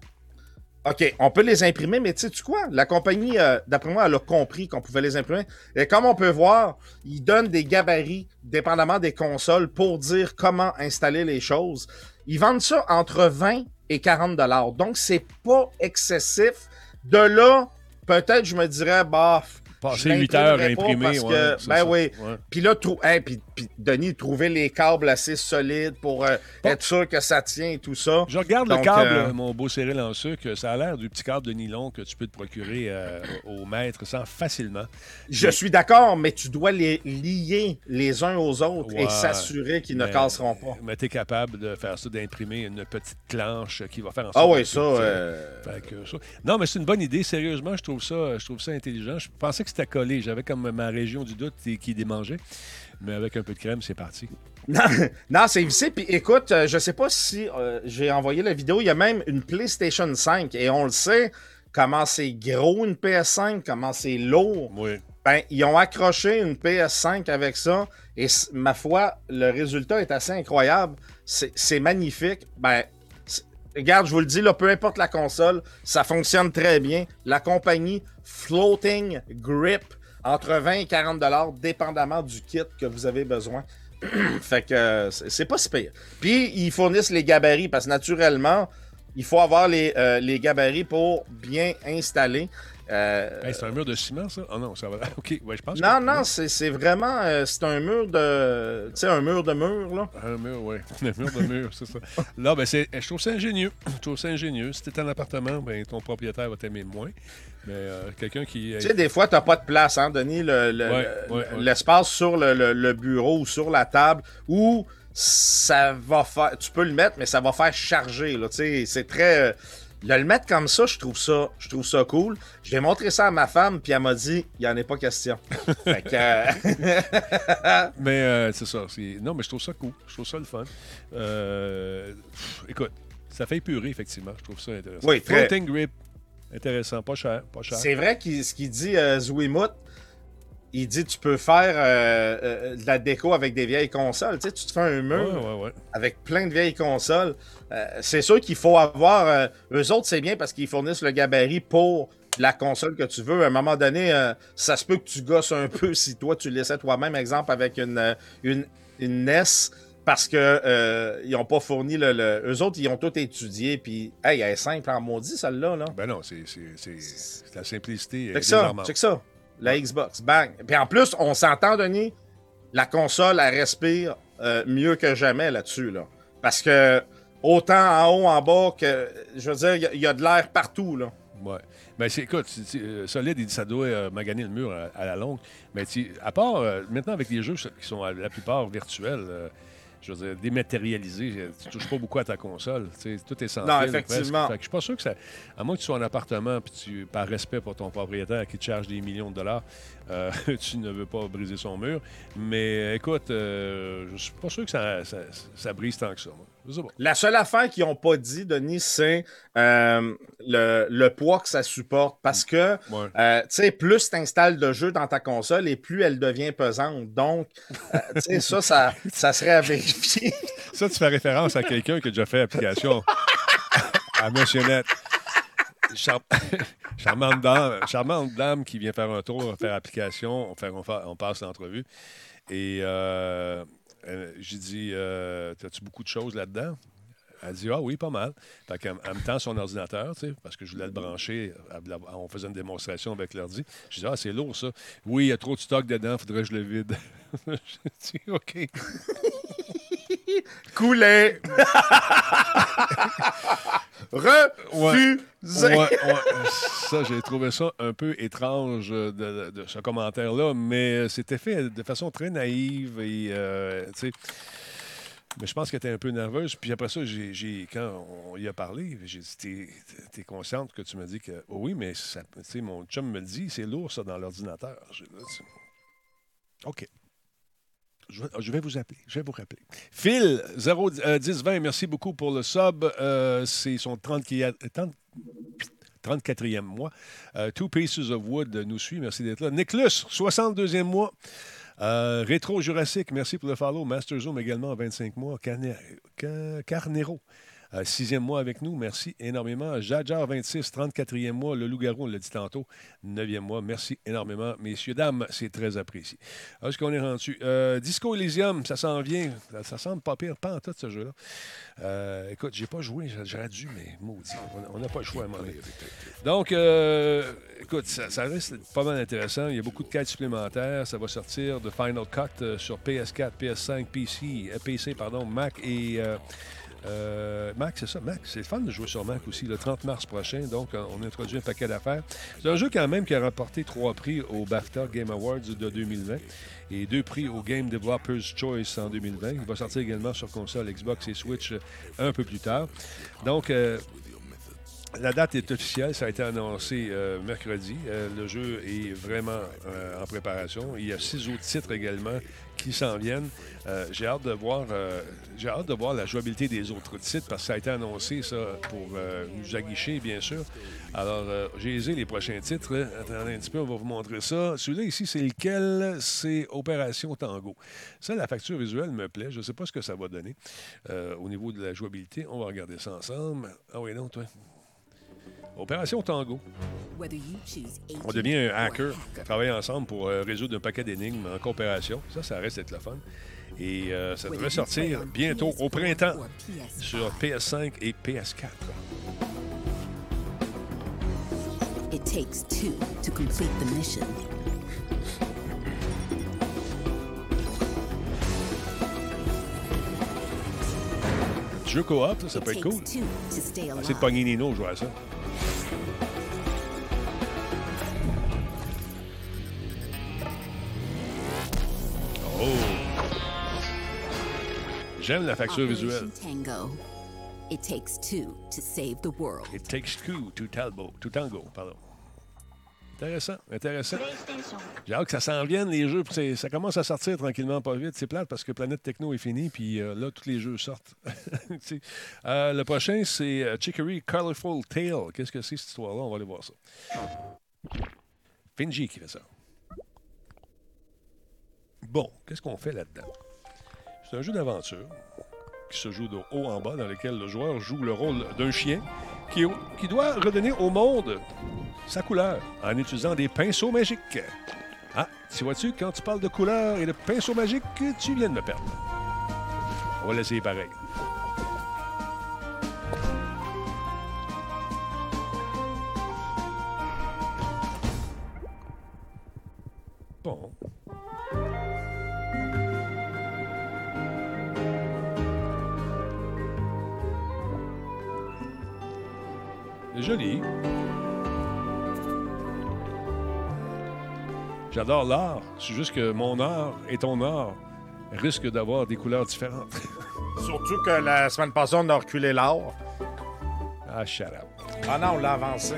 S2: OK, on peut les imprimer, mais tu sais quoi? La compagnie, euh, d'après moi, elle a compris qu'on pouvait les imprimer. Et comme on peut voir, ils donnent des gabarits, dépendamment des consoles, pour dire comment installer les choses. Ils vendent ça entre vingt et quarante dollars. Donc, c'est pas excessif. De là, peut-être, je me dirais, bah,
S1: Passer huit heures à imprimer.
S2: Parce
S1: ouais,
S2: que, ben
S1: ça.
S2: oui.
S1: Ouais.
S2: Puis là, trou... hey, puis, puis Denis, trouver les câbles assez solides pour euh, bon. être sûr que ça tient et tout ça.
S1: Je regarde
S2: Donc,
S1: le câble,
S2: euh...
S1: mon beau Cyril en sucre. Ça a l'air du petit câble de nylon que tu peux te procurer euh, au maître sans facilement.
S2: Je mais... suis d'accord, mais tu dois les lier les uns aux autres
S1: ouais,
S2: et s'assurer qu'ils
S1: mais,
S2: ne casseront pas.
S1: Mais tu es capable de faire ça, d'imprimer une petite planche qui va faire en sorte.
S2: Ah oui, ça, euh...
S1: fait que ça. Non, mais c'est une bonne idée. Sérieusement, je trouve ça, je trouve ça intelligent. Je pensais que c'était collé. J'avais comme ma région du doute qui démangeait. Mais avec un peu de crème, c'est parti.
S2: Non, non c'est vissé. Puis écoute, euh, je sais pas si euh, j'ai envoyé la vidéo. Il y a même une PlayStation cinq. Et on le sait, comment c'est gros une P S cinq, comment c'est lourd.
S1: Oui.
S2: Ben, ils ont accroché une P S cinq avec ça. Et ma foi, le résultat est assez incroyable. C'est, c'est magnifique. Ben, c'est... regarde, je vous le dis, là, peu importe la console, ça fonctionne très bien. La compagnie Floating Grip, entre vingt et quarante dollars, dépendamment du kit que vous avez besoin. Fait que euh, c'est pas si pire. Puis, ils fournissent les gabarits parce que naturellement, il faut avoir les, euh, les gabarits pour bien installer. Euh,
S1: hey, c'est un mur de ciment, ça? Ah oh non, ça va. OK, ouais, je pense
S2: Non,
S1: que...
S2: non, c'est, c'est vraiment... Euh, c'est un mur de... Tu sais, un mur de mur, là.
S1: Un mur, oui. Un mur de mur, c'est ça. Là, ben, c'est, je trouve ça ingénieux. Je trouve ça ingénieux. Si t'es en appartement, ben, ton propriétaire va t'aimer moins. Mais euh, quelqu'un qui...
S2: Tu sais, des fois, t'as pas de place, hein, Denis, le, le,
S1: ouais,
S2: le,
S1: ouais, ouais.
S2: l'espace sur le, le, le bureau ou sur la table où ça va faire... Tu peux le mettre, mais ça va faire charger, là. Tu sais, c'est très... De le mettre comme ça, je trouve ça, je trouve ça cool. Je vais montrer ça à ma femme, puis elle m'a dit, il n'y en est pas question. Fait que... euh...
S1: mais euh, c'est ça. C'est... Non, mais je trouve ça cool. Je trouve ça le fun. Euh... Pff, écoute, ça fait épurer, effectivement. Je trouve ça intéressant.
S2: Oui, très...
S1: Floating grip. Intéressant. Pas cher. Pas cher.
S2: C'est vrai qu'il, ce qu'il dit, euh, Zouimout, il dit tu peux faire euh, euh, de la déco avec des vieilles consoles. Tu sais, tu te fais un mur
S1: ouais, ouais, ouais.
S2: avec plein de vieilles consoles. Euh, c'est sûr qu'il faut avoir... Euh, eux autres, c'est bien parce qu'ils fournissent le gabarit pour la console que tu veux. À un moment donné, euh, ça se peut que tu gosses un peu si toi, tu laissais toi-même, exemple, avec une, une, une N E S, parce que euh, ils n'ont pas fourni le, le... Eux autres, ils ont tout étudié, puis hey, elle est simple en maudit, celle-là. Là.
S1: Ben non, c'est, c'est, c'est, c'est la simplicité.
S2: C'est ça, c'est que ça. La Xbox, bang. Puis en plus, on s'entend, Denis, la console, elle respire euh, mieux que jamais là-dessus. Là. Parce que autant en haut, en bas, que je veux dire, il y, y a de l'air partout. Là.
S1: Ouais. Ben, c'est, écoute, c'est, c'est, euh, Solid, il dit ça doit euh, maganer le mur à, à la longue. Mais à part, euh, maintenant, avec les jeux qui sont à la plupart virtuels, euh, je veux dire, dématérialisé, tu touches pas beaucoup à ta console. Tout est sans
S2: non,
S1: fil.
S2: Effectivement.
S1: Fait que je suis pas sûr que ça... À moins que tu sois en appartement puis tu, par respect pour ton propriétaire qui te charge des millions de dollars, euh, tu ne veux pas briser son mur. Mais écoute, euh, je suis pas sûr que ça, ça, ça brise tant que ça. Moi.
S2: La seule affaire qu'ils n'ont pas dit, Denis, c'est euh, le, le poids que ça supporte. Parce que,
S1: ouais.
S2: euh, tu sais, plus tu installes de jeux dans ta console et plus elle devient pesante. Donc, euh, tu sais, ça, ça, ça serait à vérifier.
S1: Ça, tu fais référence à quelqu'un qui a déjà fait application à Monsionnette. Char... charmante, dame, charmante dame qui vient faire un tour, faire application, on, fait, on, fait, on passe l'entrevue. Et... Euh... Euh, j'ai dit, euh, as-tu beaucoup de choses là-dedans? Elle dit, ah oui, pas mal. Fait qu'elle elle me tend son ordinateur, tu sais, parce que je voulais le brancher. On faisait une démonstration avec l'ordi. Je dis, ah, c'est lourd, ça. Oui, il y a trop de stock dedans, il faudrait que je le vide. J'ai dit, OK.
S2: Coulé! Refusé!
S1: Ouais, ouais, ouais. Ça, j'ai trouvé ça un peu étrange de, de, de ce commentaire-là, mais c'était fait de façon très naïve et, euh, tu sais, mais je pense qu'elle était un peu nerveuse. Puis après ça, j'ai, j'ai, quand on y a parlé, j'ai dit, t'es, t'es consciente que tu me dis que, oh oui, mais ça, tu sais, mon chum me le dit, c'est lourd, ça, dans l'ordinateur. J'ai dit, OK. Je vais vous appeler. Je vais vous rappeler. Phil, zéro dix vingt, merci beaucoup pour le sub. Euh, c'est son trente-quatrième mois. Uh, Two Pieces of Wood nous suit. Merci d'être là. Nicholas, soixante-deuxième mois. Euh, Rétro Jurassique, merci pour le follow. Master Zoom également, vingt-cinq mois. Carne... Carnero. Euh, sixième mois avec nous, merci énormément. Jajar vingt-six, trente-quatrième mois. Le Loup-Garou, on l'a dit tantôt, neuvième mois. Merci énormément, messieurs, dames. C'est très apprécié. Alors, est-ce qu'on est rendu? Euh, Disco Elysium, ça s'en vient. Ça, ça semble pas pire, pas en tout, ce jeu-là. Euh, écoute, j'ai pas joué, j'aurais dû, mais maudit. On n'a pas le choix à un moment donné. Donc, euh, écoute, ça, ça reste pas mal intéressant. Il y a beaucoup de quêtes supplémentaires. Ça va sortir de Final Cut euh, sur P S quatre, P S cinq, P C, euh, P C, pardon, Mac et... Euh, Euh, Mac, c'est ça, Mac. C'est le fun de jouer sur Mac aussi, le trente mars prochain. Donc, euh, on a introduit un paquet d'affaires. C'est un jeu quand même qui a remporté trois prix au BAFTA Game Awards de deux mille vingt et deux prix au Game Developers Choice en deux mille vingt. Il va sortir également sur console Xbox et Switch un peu plus tard. Donc, euh, la date est officielle, ça a été annoncé euh, mercredi. Euh, le jeu est vraiment euh, en préparation. Il y a six autres titres également qui s'en viennent. Euh, j'ai hâte de voir euh, j'ai hâte de voir la jouabilité des autres titres parce que ça a été annoncé ça pour euh, nous aguicher, bien sûr. Alors, euh, j'ai aisé les prochains titres. Là. Attendez un petit peu, on va vous montrer ça. Celui-là ici, c'est lequel? C'est Opération Tango. Ça, la facture visuelle me plaît. Je ne sais pas ce que ça va donner euh, au niveau de la jouabilité. On va regarder ça ensemble. Ah oui, non, toi. Opération Tango. On devient un hacker. On travaille ensemble pour euh, résoudre un paquet d'énigmes en coopération. Ça, ça reste d'être le fun. Et euh, ça devrait sortir bientôt au printemps sur P S cinq et P S quatre. It takes two to complete the mission. Jeu coop, ça, ça peut être cool. C'est de pogner Nino, jouer à ça. Oh! J'aime la facture visuelle. It takes two to save the world. It takes two to talbo, to tango, pardon. Intéressant, intéressant. J'ai hâte que ça s'en vienne, les jeux. Ça commence à sortir tranquillement, pas vite. C'est plate parce que Planète Techno est fini, puis euh, là, tous les jeux sortent. euh, le prochain, c'est uh, Chicory Colorful Tale. Qu'est-ce que c'est, cette histoire-là? On va aller voir ça. Finji qui fait ça. Bon, qu'est-ce qu'on fait là-dedans? C'est un jeu d'aventure qui se joue de haut en bas, dans lequel le joueur joue le rôle d'un chien qui, qui doit redonner au monde sa couleur en utilisant des pinceaux magiques. Ah, tu vois-tu, quand tu parles de couleur et de pinceaux magiques, tu viens de me perdre. On va l'essayer pareil. Bon. C'est joli. J'adore l'art. C'est juste que mon art et ton art risquent d'avoir des couleurs différentes.
S2: Surtout que la semaine passée, on a reculé l'art.
S1: Ah, shut up.
S2: Ah non, on l'a avancé.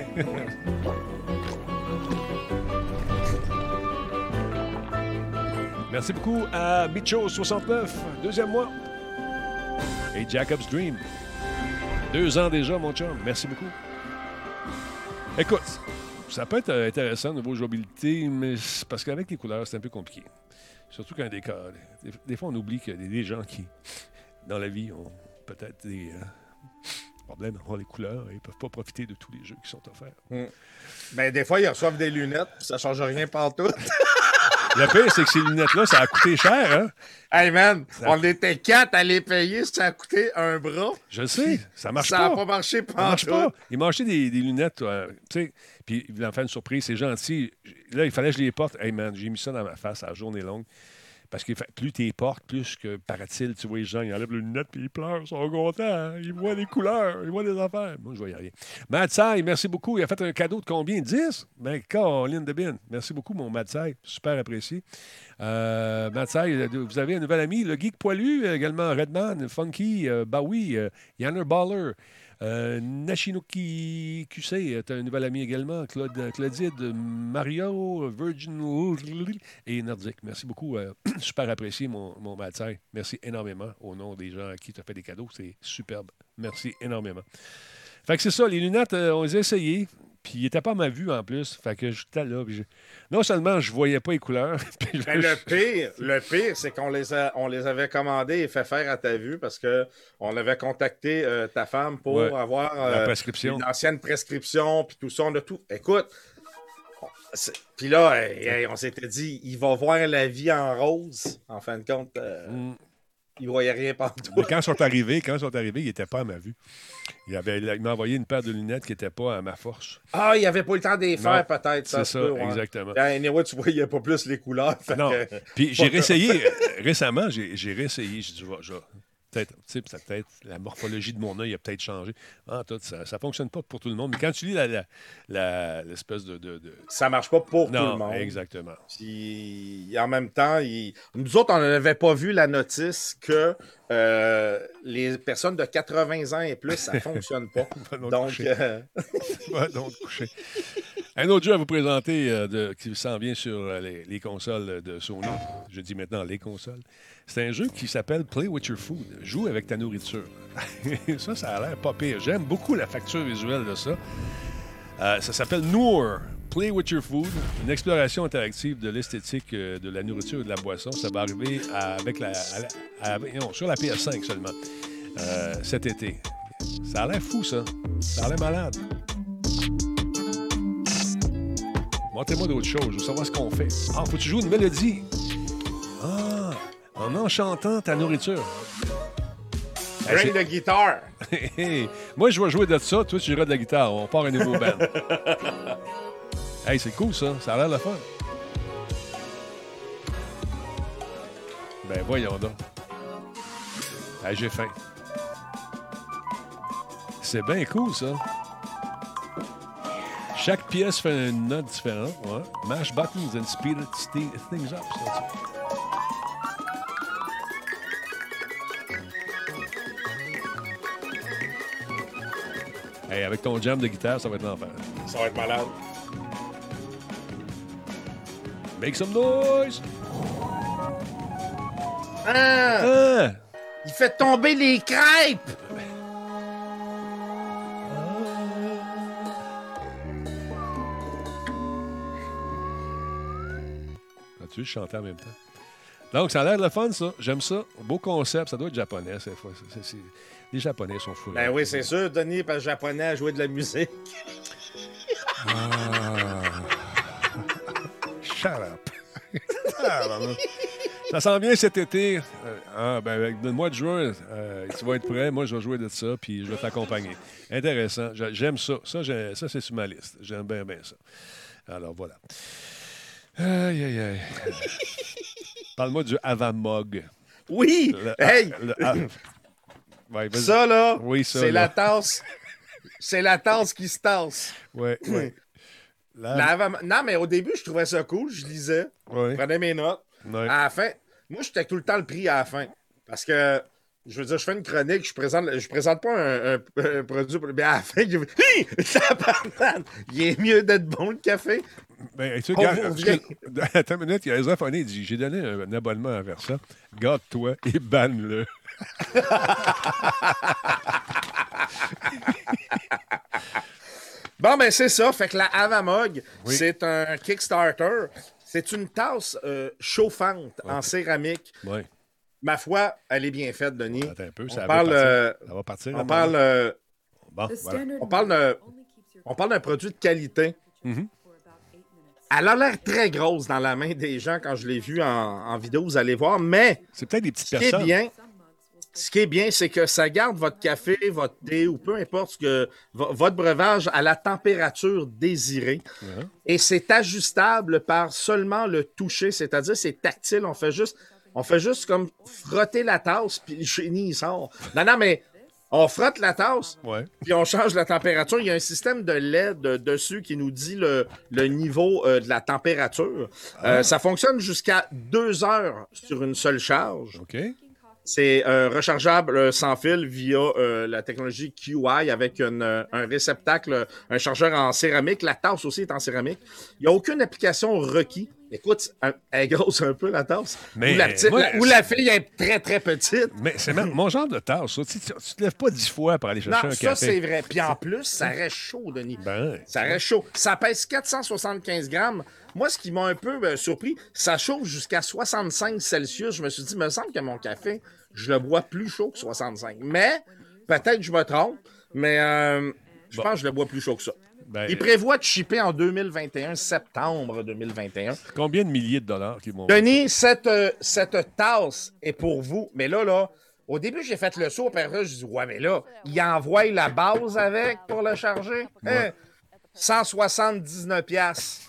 S1: Merci beaucoup à Bicho soixante-neuf, deuxième mois. Et Jacob's Dream. Deux ans déjà, mon chum. Merci beaucoup. Écoute, ça peut être intéressant au niveau jouabilité, mais c'est parce qu'avec les couleurs, c'est un peu compliqué. Surtout quand des cas. Des, des fois, on oublie qu'il y a des gens qui, dans la vie, ont peut-être des euh, problèmes avec les couleurs et ne peuvent pas profiter de tous les jeux qui sont offerts.
S2: Mm. Ben, des fois, ils reçoivent des lunettes, puis ça ne change rien partout.
S1: Le pire, c'est que ces lunettes-là, ça a coûté cher, hein?
S2: Hey man,
S1: ça...
S2: on était quatre à les payer, ça a coûté un bras.
S1: Je le sais, ça marche
S2: ça
S1: pas.
S2: Ça n'a pas marché
S1: Ça marche
S2: pas.
S1: Ils m'ont acheté des, des lunettes, euh, tu sais, puis ils voulaient en faire une surprise, c'est gentil. Là, il fallait que je les porte. Hey man, j'ai mis ça dans ma face à la journée longue. Parce que plus tu les portes, plus que, paraît-il, tu vois les gens, ils enlèvent les lunettes puis ils pleurent, ils sont contents, hein? Ils voient des couleurs, ils voient des affaires. Moi, je voyais rien. Madsai, merci beaucoup. Il a fait un cadeau de combien? dix? Ben, Caroline de Bin. Merci beaucoup, mon Madsai. Super apprécié. Euh, Madsai, vous avez un nouvel ami, le Geek Poilu, également Redman, Funky, euh, Bowie, euh, Yanner Baller. Euh, Nashinoki Q C est un nouvel ami également. Claude, Claudide, Mario, Virgin et Nordic. Merci beaucoup. Euh, super apprécié, mon, mon Madsai. Merci énormément au nom des gens à qui tu as fait des cadeaux. C'est superbe. Merci énormément. Fait que c'est ça. Les lunettes, euh, on les a essayées. Puis il était pas à ma vue en plus. Fait que j'étais là. Puis je... Non seulement je voyais pas les couleurs. Puis
S2: ben, le pire, le pire, c'est qu'on les, a, on les avait commandés et fait faire à ta vue parce qu'on avait contacté euh, ta femme pour ouais, avoir euh,
S1: la prescription.
S2: Une ancienne prescription, puis tout ça. On a tout. Écoute, puis là, hey, on s'était dit, il va voir la vie en rose. En fin de compte, euh, mm. il voyait rien partout.
S1: Mais quand ils sont arrivés, quand ils sont arrivés, il n'était pas à ma vue. Il, avait, il m'a envoyé une paire de lunettes qui n'était pas à ma force.
S2: Ah, il n'avait pas eu le temps de les faire, non, peut-être.
S1: Ça, c'est ça, peut, exactement.
S2: Ouais. Anyway, tu voyais pas plus les couleurs.
S1: Non.
S2: Que...
S1: Puis j'ai réessayé, récemment, j'ai, j'ai réessayé. J'ai dit, je, je, peut-être, tu sais, peut-être, la morphologie de mon œil a peut-être changé. Ah, tout, ça ne fonctionne pas pour tout le monde. Mais quand tu lis la, la, la, l'espèce de, de, de...
S2: Ça ne marche pas pour
S1: non,
S2: tout le monde.
S1: Exactement.
S2: Puis, en même temps, il... nous autres, on n'avait pas vu la notice que euh, les personnes de quatre-vingts ans et plus, ça ne fonctionne pas. donc, donc, euh...
S1: donc coucher. Un autre jeu à vous présenter euh, de, qui s'en vient sur euh, les, les consoles de Sony. Je dis maintenant les consoles. C'est un jeu qui s'appelle Play with your food. Joue avec ta nourriture. Ça, ça a l'air pas pire. J'aime beaucoup la facture visuelle de ça. Euh, ça s'appelle Noor. Play with your food. Une exploration interactive de l'esthétique euh, de la nourriture et de la boisson. Ça va arriver à, avec la, à, à, non, sur la P S cinq seulement euh, cet été. Ça a l'air fou, ça. Ça a l'air malade. Montrez-moi d'autres choses. Je veux savoir ce qu'on fait. Ah, faut que tu joues une mélodie. Ah, en enchantant ta nourriture.
S2: Hey, de guitare.
S1: Moi, je vais jouer de ça. Toi, tu joueras de la guitare. On part un nouveau band. Hey, c'est cool, ça. Ça a l'air le fun. Ben, voyons donc. Hey, j'ai faim. C'est bien cool, ça. Chaque pièce fait une note différente. Ouais. Mash buttons and speed things up. Ça, hey, avec ton jam de guitare, ça va être l'enfer.
S2: Ça va être malade.
S1: Make some noise!
S2: Ah!
S1: Ah!
S2: Il fait tomber les crêpes!
S1: Tu chantais en même temps. Donc, ça a l'air de le fun, ça. J'aime ça. Beau concept. Ça doit être japonais, cette fois. C'est, c'est... Les Japonais sont fous.
S2: Ben oui, c'est sûr. Denis, parce que japonais à jouer de la musique.
S1: Ah. Shut up. Ça s'en vient cet été. Euh, ah, ben, avec le mois de juin, euh, tu vas être prêt. Moi, je vais jouer de ça, puis je vais t'accompagner. Intéressant. J'aime ça. Ça, j'ai... ça, c'est sur ma liste. J'aime bien, bien ça. Alors, voilà. Aïe, aïe, aïe. Parle-moi du Avamog.
S2: Oui!
S1: Le,
S2: hey!
S1: Le, le, ouais,
S2: ça, là,
S1: oui, ça,
S2: c'est
S1: là.
S2: la tasse. C'est la tasse qui se tasse.
S1: Oui, oui.
S2: La... La Avamog... Non, mais au début, je trouvais ça cool. Je lisais.
S1: Oui.
S2: Je prenais mes notes.
S1: Oui.
S2: À la fin, moi, j'étais tout le temps le prix à la fin. Parce que, je veux dire, je fais une chronique, je présente, je présente pas un, un, un produit. Mais à la fin, je dis, hi! Il est mieux d'être bon le café.
S1: Ben, tu sais, regarde, attends une minute, il y a les affaires, il dit, j'ai donné un, un abonnement envers ça. Garde-toi et banne-le.
S2: Bon, ben c'est ça. Fait que la Avamog,
S1: oui.
S2: c'est un Kickstarter. C'est une tasse euh, chauffante ouais. en céramique.
S1: Oui.
S2: Ma foi, elle est bien faite, Denis.
S1: Attends un peu, ça,
S2: on parle,
S1: partir.
S2: Euh,
S1: ça va partir.
S2: On parle, euh,
S1: bon, voilà.
S2: on parle d'un on parle d'un produit de qualité.
S1: Mm-hmm.
S2: Elle a l'air très grosse dans la main des gens quand je l'ai vue en, en vidéo, vous allez voir, mais
S1: c'est peut-être des petites
S2: ce
S1: personnes.
S2: Qui est bien, ce qui est bien, c'est que ça garde votre café, votre thé ou peu importe ce que votre breuvage à la température désirée. Uh-huh. Et c'est ajustable par seulement le toucher, c'est-à-dire c'est tactile. On fait juste, on fait juste comme frotter la tasse, puis le chenille il sort. Non, non, mais on frotte la tasse,
S1: ouais.
S2: puis on change la température. Il y a un système de L E D dessus qui nous dit le, le niveau euh, de la température. Ah. Euh, ça fonctionne jusqu'à deux heures sur une seule charge.
S1: OK.
S2: C'est euh, rechargeable sans fil via euh, la technologie Q I avec une, un réceptacle, un chargeur en céramique. La tasse aussi est en céramique. Il n'y a aucune application requise. Écoute, un, elle est grosse un peu, la tasse.
S1: Mais,
S2: ou, la petite,
S1: moi,
S2: la, ou la fille est très, très petite.
S1: Mais c'est même mon genre de tasse, ça. Tu, tu, tu te lèves pas dix fois pour aller chercher
S2: non,
S1: un
S2: ça,
S1: café.
S2: c'est vrai. Puis en plus, ça reste chaud, Denis.
S1: Ben,
S2: ça reste chaud. Ça pèse quatre cent soixante-quinze grammes. Moi, ce qui m'a un peu euh, surpris, ça chauffe jusqu'à soixante-cinq Celsius. Je me suis dit, il me semble que mon café, je le bois plus chaud que soixante-cinq. Mais, peut-être que je me trompe, mais euh, je bon. pense que je le bois plus chaud que ça. Ben, il prévoit de shipper en deux mille vingt et un, septembre deux mille vingt et un.
S1: Combien de milliers de dollars qu'ils vont...
S2: Denis, cette, euh, cette tasse est pour vous. Mais là, là, au début, j'ai fait le saut. Après, je dis, ouais, mais là, il envoie la base avec pour le charger. Ouais. Hein? cent soixante-dix-neuf piastres.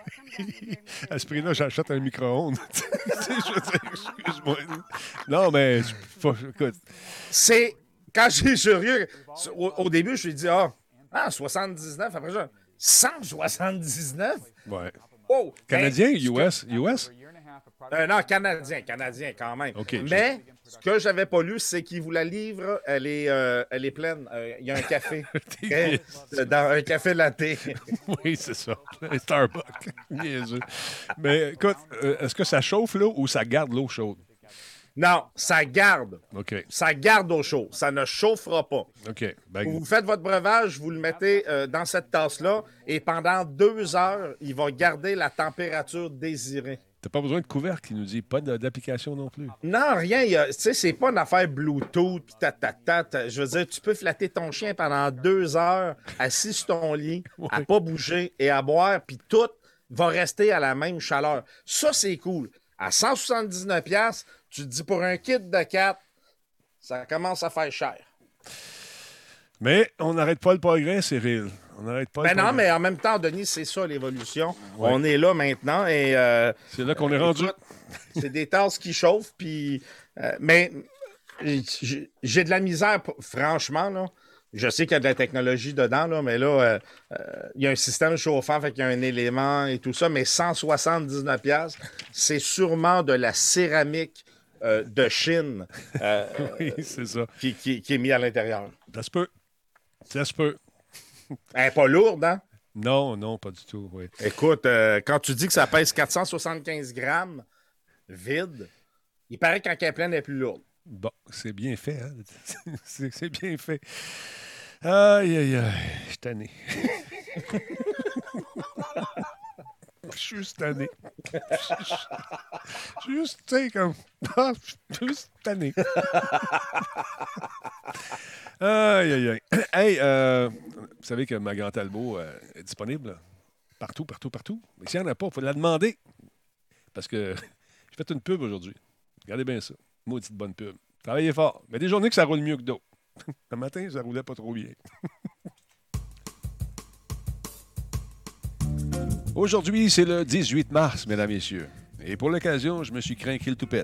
S1: À ce prix-là, j'achète un micro-ondes. Excuse-moi. Non, mais... Écoute.
S2: C'est... Quand j'ai curieux, au, au début, je me suis dit, ah... Ah, soixante-dix-neuf, après ça, cent soixante-dix-neuf?
S1: Ouais.
S2: Oh,
S1: Canadien, ben, U S? U S?
S2: Euh, non, Canadien, Canadien quand même.
S1: Okay,
S2: mais ce que je n'avais pas lu, c'est qu'il vous la livre, elle est, euh, elle est pleine. Il euh, y a un café. okay, dans un café latte.
S1: Oui, c'est ça. Un Starbucks. Mais écoute, euh, est-ce que ça chauffe l'eau ou ça garde l'eau chaude?
S2: Non, ça garde.
S1: OK.
S2: Ça garde au chaud. Ça ne chauffera pas.
S1: OK. Ben...
S2: Vous faites votre breuvage, vous le mettez euh, dans cette tasse-là et pendant deux heures, il va garder la température désirée.
S1: T'as pas besoin de couvercle, qui nous dit pas d'application non plus.
S2: Non, rien. Tu sais, c'est pas une affaire Bluetooth, pis ta-ta-ta. Je veux dire, tu peux flatter ton chien pendant deux heures, assis sur ton lit, oui. à pas bouger et à boire, puis tout va rester à la même chaleur. Ça, c'est cool. À cent soixante-dix-neuf piastres, tu te dis pour un kit de quatre, ça commence à faire cher.
S1: Mais on n'arrête pas le progrès, Cyril. On n'arrête pas
S2: ben
S1: le
S2: non,
S1: progrès.
S2: mais en même temps, Denis, c'est ça l'évolution.
S1: Ouais.
S2: On est là maintenant et... Euh,
S1: c'est là qu'on est rendu.
S2: Écoute, c'est des tasses qui chauffent, puis... Euh, mais j'ai de la misère, franchement, là. Je sais qu'il y a de la technologie dedans, là, mais là, euh, euh, il y a un système chauffant, fait qu'il y a un élément et tout ça, mais cent soixante-dix-neuf piastres, c'est sûrement de la céramique euh, de Chine euh,
S1: oui, c'est ça.
S2: Qui, qui, qui est mis à l'intérieur.
S1: Ça se peut. Ça se peut.
S2: Elle n'est pas lourde, hein?
S1: Non, non, pas du tout, oui.
S2: Écoute, euh, quand tu dis que ça pèse quatre cent soixante-quinze grammes, vide, il paraît qu'en est pleine, elle est plus lourde.
S1: Bon, c'est bien fait, hein? c'est bien fait. Aïe, aïe, aïe, je suis tanné. Je suis juste tanné. Je suis juste, tu sais, comme... Je suis juste tanné. Aïe, aïe, aïe. Hey, euh, vous savez que ma Grand Talbot euh, est disponible partout, partout, partout. Mais s'il n'y en a pas, il faut la demander. Parce que j'ai fait une pub aujourd'hui. Regardez bien ça. Maudite bonne pub. Travaillez fort. Mais des journées que ça roule mieux que d'autres. Le matin, ça roulait pas trop bien. Aujourd'hui, c'est le dix-huit mars, mesdames et messieurs. Et pour l'occasion, je me suis craqué le toupette.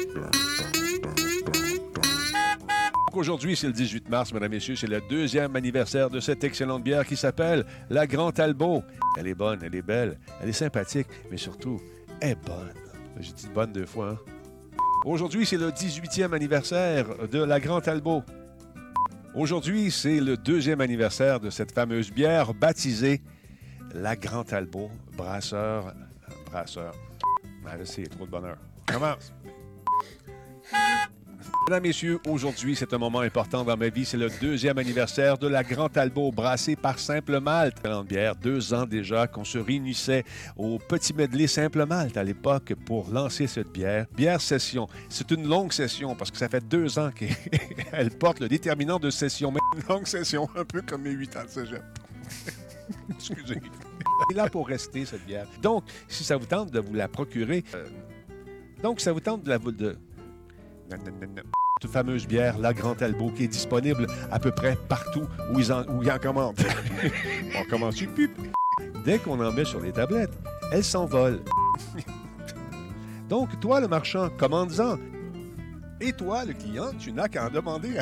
S1: Aujourd'hui, c'est le dix-huit mars, mesdames et messieurs. C'est le deuxième anniversaire de cette excellente bière qui s'appelle la Grand Talbot. Elle est bonne, elle est belle, elle est sympathique, mais surtout, elle est bonne. J'ai dit bonne deux fois, hein? Aujourd'hui, c'est le dix-huitième anniversaire de la Grand Talbot. Aujourd'hui, c'est le deuxième anniversaire de cette fameuse bière baptisée la Grand Talbot, brasseur... Brasseur... Ah, là, c'est trop de bonheur. On commence. Mesdames, messieurs, aujourd'hui, c'est un moment important dans ma vie. C'est le deuxième anniversaire de la Grand Talbot, brassée par Simple Malte. Grande bière, deux ans déjà qu'on se réunissait au Petit Medley Simple Malte à l'époque pour lancer cette bière. Bière session. C'est une longue session parce que ça fait deux ans qu'elle porte le déterminant de session. Mais une longue session, un peu comme mes huit ans de cégep. Excusez. Elle est là pour rester, cette bière. Donc, si ça vous tente de vous la procurer, euh, donc, ça vous tente de la... De, cette fameuse bière, la Grand Talbot, qui est disponible à peu près partout où ils en, où ils en commandent. On commence sur pup. Dès qu'on en met sur les tablettes, elles s'envolent. Donc, toi, le marchand, commande-en. Et toi, le client, tu n'as qu'à en demander. À...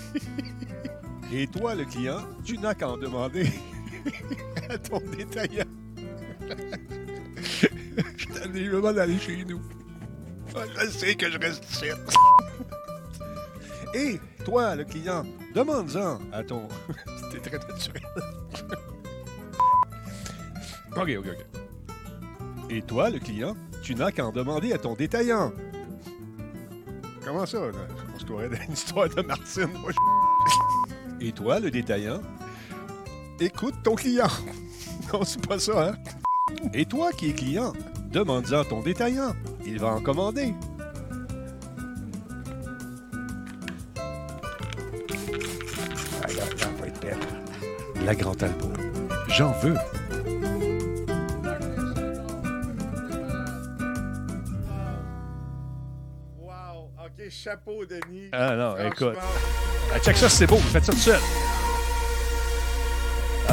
S1: Et toi, le client, tu n'as qu'à en demander à ton détaillant. Je t'en ai le moment d'aller chez nous. Je sais que je reste ici. Et toi, le client, demande-en à ton... C'était très naturel. OK, OK, OK. Et toi, le client, tu n'as qu'à en demander à ton détaillant. Comment ça, là? On se croirait dans une histoire de Martine. Moi, je... Et toi, le détaillant, écoute ton client. Non, c'est pas ça, hein? Et toi qui es client, demande-en à ton détaillant. Il va en commander. Ah, là, là, va être belle. La Grande Albo. J'en veux.
S2: Wow! OK, chapeau, Denis.
S1: Ah non,
S2: Franchement.
S1: écoute. Ah, check ça, c'est beau. Faites ça tout seul. Ah.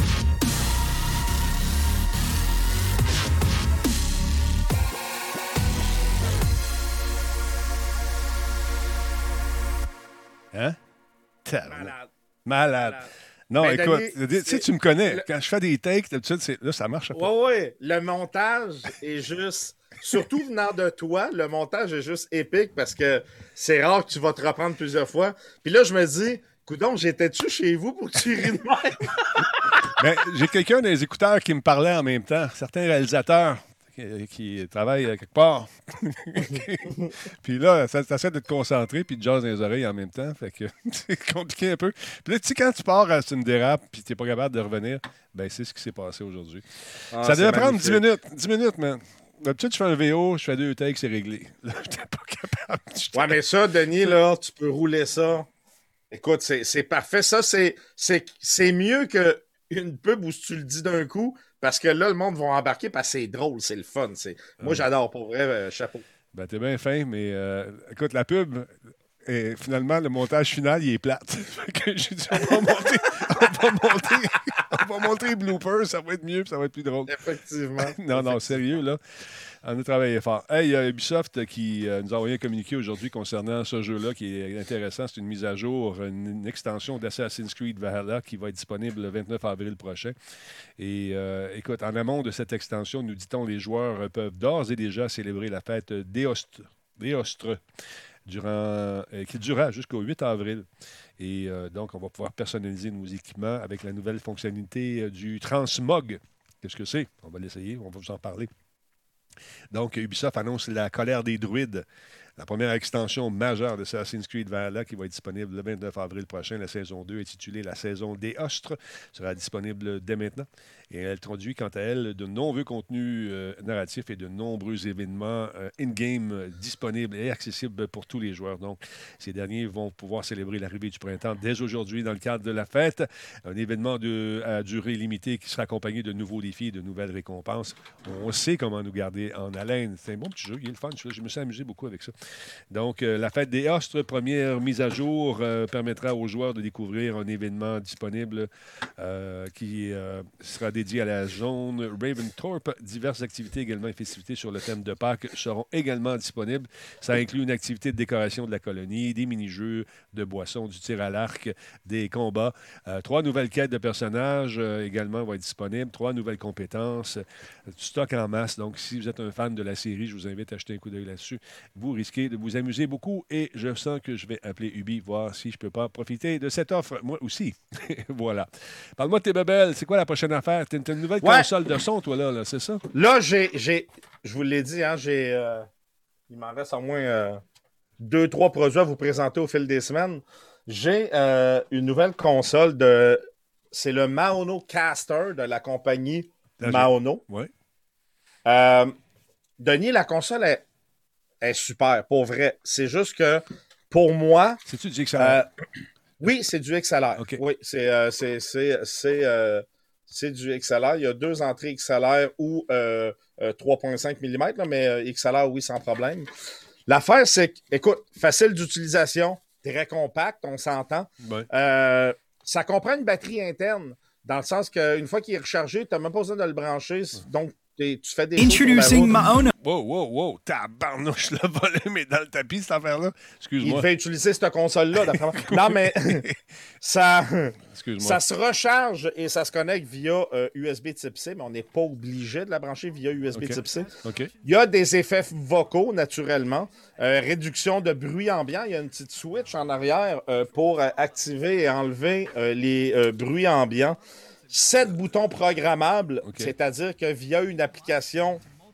S1: Hein?
S2: Malade.
S1: Malade.
S2: Malade.
S1: Non,
S2: Mais
S1: écoute,
S2: Denis,
S1: tu sais,
S2: c'est-
S1: tu me connais.
S2: le-
S1: Quand je fais des takes, d'habitude, c'est... là, ça marche pas.
S2: Ouais, ouais. Le montage est juste. Surtout venant de toi, le montage est juste épique parce que c'est rare que tu vas te reprendre plusieurs fois. Puis là, je me dis, coudonc, j'étais-tu chez vous pour que tu ris de moi?
S1: Ben, j'ai quelqu'un dans les écouteurs qui me parlait en même temps. Certains réalisateurs qui, qui travaillent quelque part. Puis là, ça t'essaie de te concentrer puis de jazz dans les oreilles en même temps. Fait que c'est compliqué un peu. Puis là, tu sais, quand tu pars à une dérape puis t'es pas capable de revenir, ben c'est ce qui s'est passé aujourd'hui.
S2: Ah,
S1: ça devait
S2: c'est
S1: prendre
S2: magnifique.
S1: dix minutes. dix minutes, man. D'habitude, je fais un V O, je fais deux takes, c'est réglé. Là, j'étais pas capable. J'étais-
S2: Ouais, mais ça, Denis, là, tu peux rouler ça. Écoute, c'est c'est parfait. Ça, c'est c'est- c'est mieux qu'une pub où tu le dis d'un coup parce que là, le monde va embarquer parce que c'est drôle, c'est le fun. c'est- Moi, j'adore, pour vrai, euh, chapeau.
S1: Ben, t'es bien fin, mais euh, écoute, la pub, et finalement, le montage final, il est plate. Fait que j'ai dit, on va monter, on va monter, on va monter les bloopers, ça va être mieux, puis ça va être plus drôle.
S2: Effectivement.
S1: Non, non, sérieux, là. On a travaillé fort. Hey, il y a Ubisoft qui euh, nous a envoyé un communiqué aujourd'hui concernant ce jeu-là qui est intéressant. C'est une mise à jour, une, une extension d'Assassin's Creed Valhalla qui va être disponible le vingt-neuf avril prochain. Et euh, écoute, en amont de cette extension, nous dit-on, les joueurs euh, peuvent d'ores et déjà célébrer la fête d'Éostre, d'Éostre durant, euh, qui durera jusqu'au huit avril. Et euh, donc, on va pouvoir personnaliser nos équipements avec la nouvelle fonctionnalité euh, du Transmog. Qu'est-ce que c'est? On va l'essayer, on va vous en parler. Donc, Ubisoft annonce la colère des druides, la première extension majeure de Assassin's Creed Valhalla qui va être disponible le vingt-neuf avril prochain. La saison deux, intitulée La saison des Ostres, sera disponible dès maintenant. Et elle introduit, quant à elle, de nombreux contenus euh, narratifs et de nombreux événements euh, in-game euh, disponibles et accessibles pour tous les joueurs. Donc, ces derniers vont pouvoir célébrer l'arrivée du printemps dès aujourd'hui dans le cadre de la fête. Un événement de, à durée limitée qui sera accompagné de nouveaux défis et de nouvelles récompenses. On sait comment nous garder en haleine. C'est un bon petit jeu, il est le fun. Je me suis amusé beaucoup avec ça. Donc, euh, la fête des Ostres, première mise à jour, euh, permettra aux joueurs de découvrir un événement disponible euh, qui euh, sera dédié à la zone Raventhorpe. Diverses activités également et festivités sur le thème de Pâques seront également disponibles. Ça inclut une activité de décoration de la colonie, des mini-jeux de boissons, du tir à l'arc, des combats. Euh, trois nouvelles quêtes de personnages euh, également vont être disponibles. Trois nouvelles compétences. Euh, du stock en masse. Donc, si vous êtes un fan de la série, je vous invite à jeter un coup d'œil là-dessus. Vous risquez de vous amuser beaucoup et je sens que je vais appeler Ubi, voir si je peux pas profiter de cette offre. Moi aussi. Voilà. Parle-moi de tes bébelles. C'est quoi la prochaine affaire? T'as une nouvelle
S2: Ouais.
S1: console de son, toi, là, là c'est ça?
S2: Là, j'ai, j'ai, je vous l'ai dit, hein, j'ai, euh, il m'en reste au moins euh, deux, trois produits à vous présenter au fil des semaines. J'ai euh, une nouvelle console de, c'est le Maono Caster de la compagnie
S1: Là, j'ai-
S2: Maono.
S1: Oui.
S2: Euh, Denis, la console est, est super, pour vrai. C'est juste que, pour moi,
S1: C'est-tu du X L R?
S2: euh, oui, c'est du X L R.
S1: OK.
S2: Oui, c'est, euh, c'est, c'est, c'est, euh, c'est du X L R. Il y a deux entrées X L R ou euh, euh, trois virgule cinq millimètres, là, mais euh, X L R, oui, sans problème. L'affaire, c'est que, écoute, facile d'utilisation, très compact, on s'entend.
S1: Ouais.
S2: Euh, ça comprend une batterie interne, dans le sens qu'une fois qu'il est rechargé, tu n'as même pas besoin de le brancher. Donc, t'es- tu fais des choses sur la
S6: Introducing
S2: route.
S6: Maono.
S1: Wow, wow, wow. Tabarnouche, le volume est dans le tapis, cette affaire-là.
S2: Il
S1: Excuse-moi.
S2: devait utiliser cette console-là, d'après moi. Non, mais ça,
S1: Excuse-moi.
S2: ça se recharge et ça se connecte via euh, U S B type C, mais on n'est pas obligé de la brancher via U S B
S1: OK.
S2: type C.
S1: OK.
S2: Il y a des effets vocaux, naturellement. Euh, réduction de bruit ambiant. Il y a une petite switch en arrière euh, pour euh, activer et enlever euh, les euh, bruits ambiants. Sept boutons programmables,
S1: OK.
S2: c'est-à-dire que via une application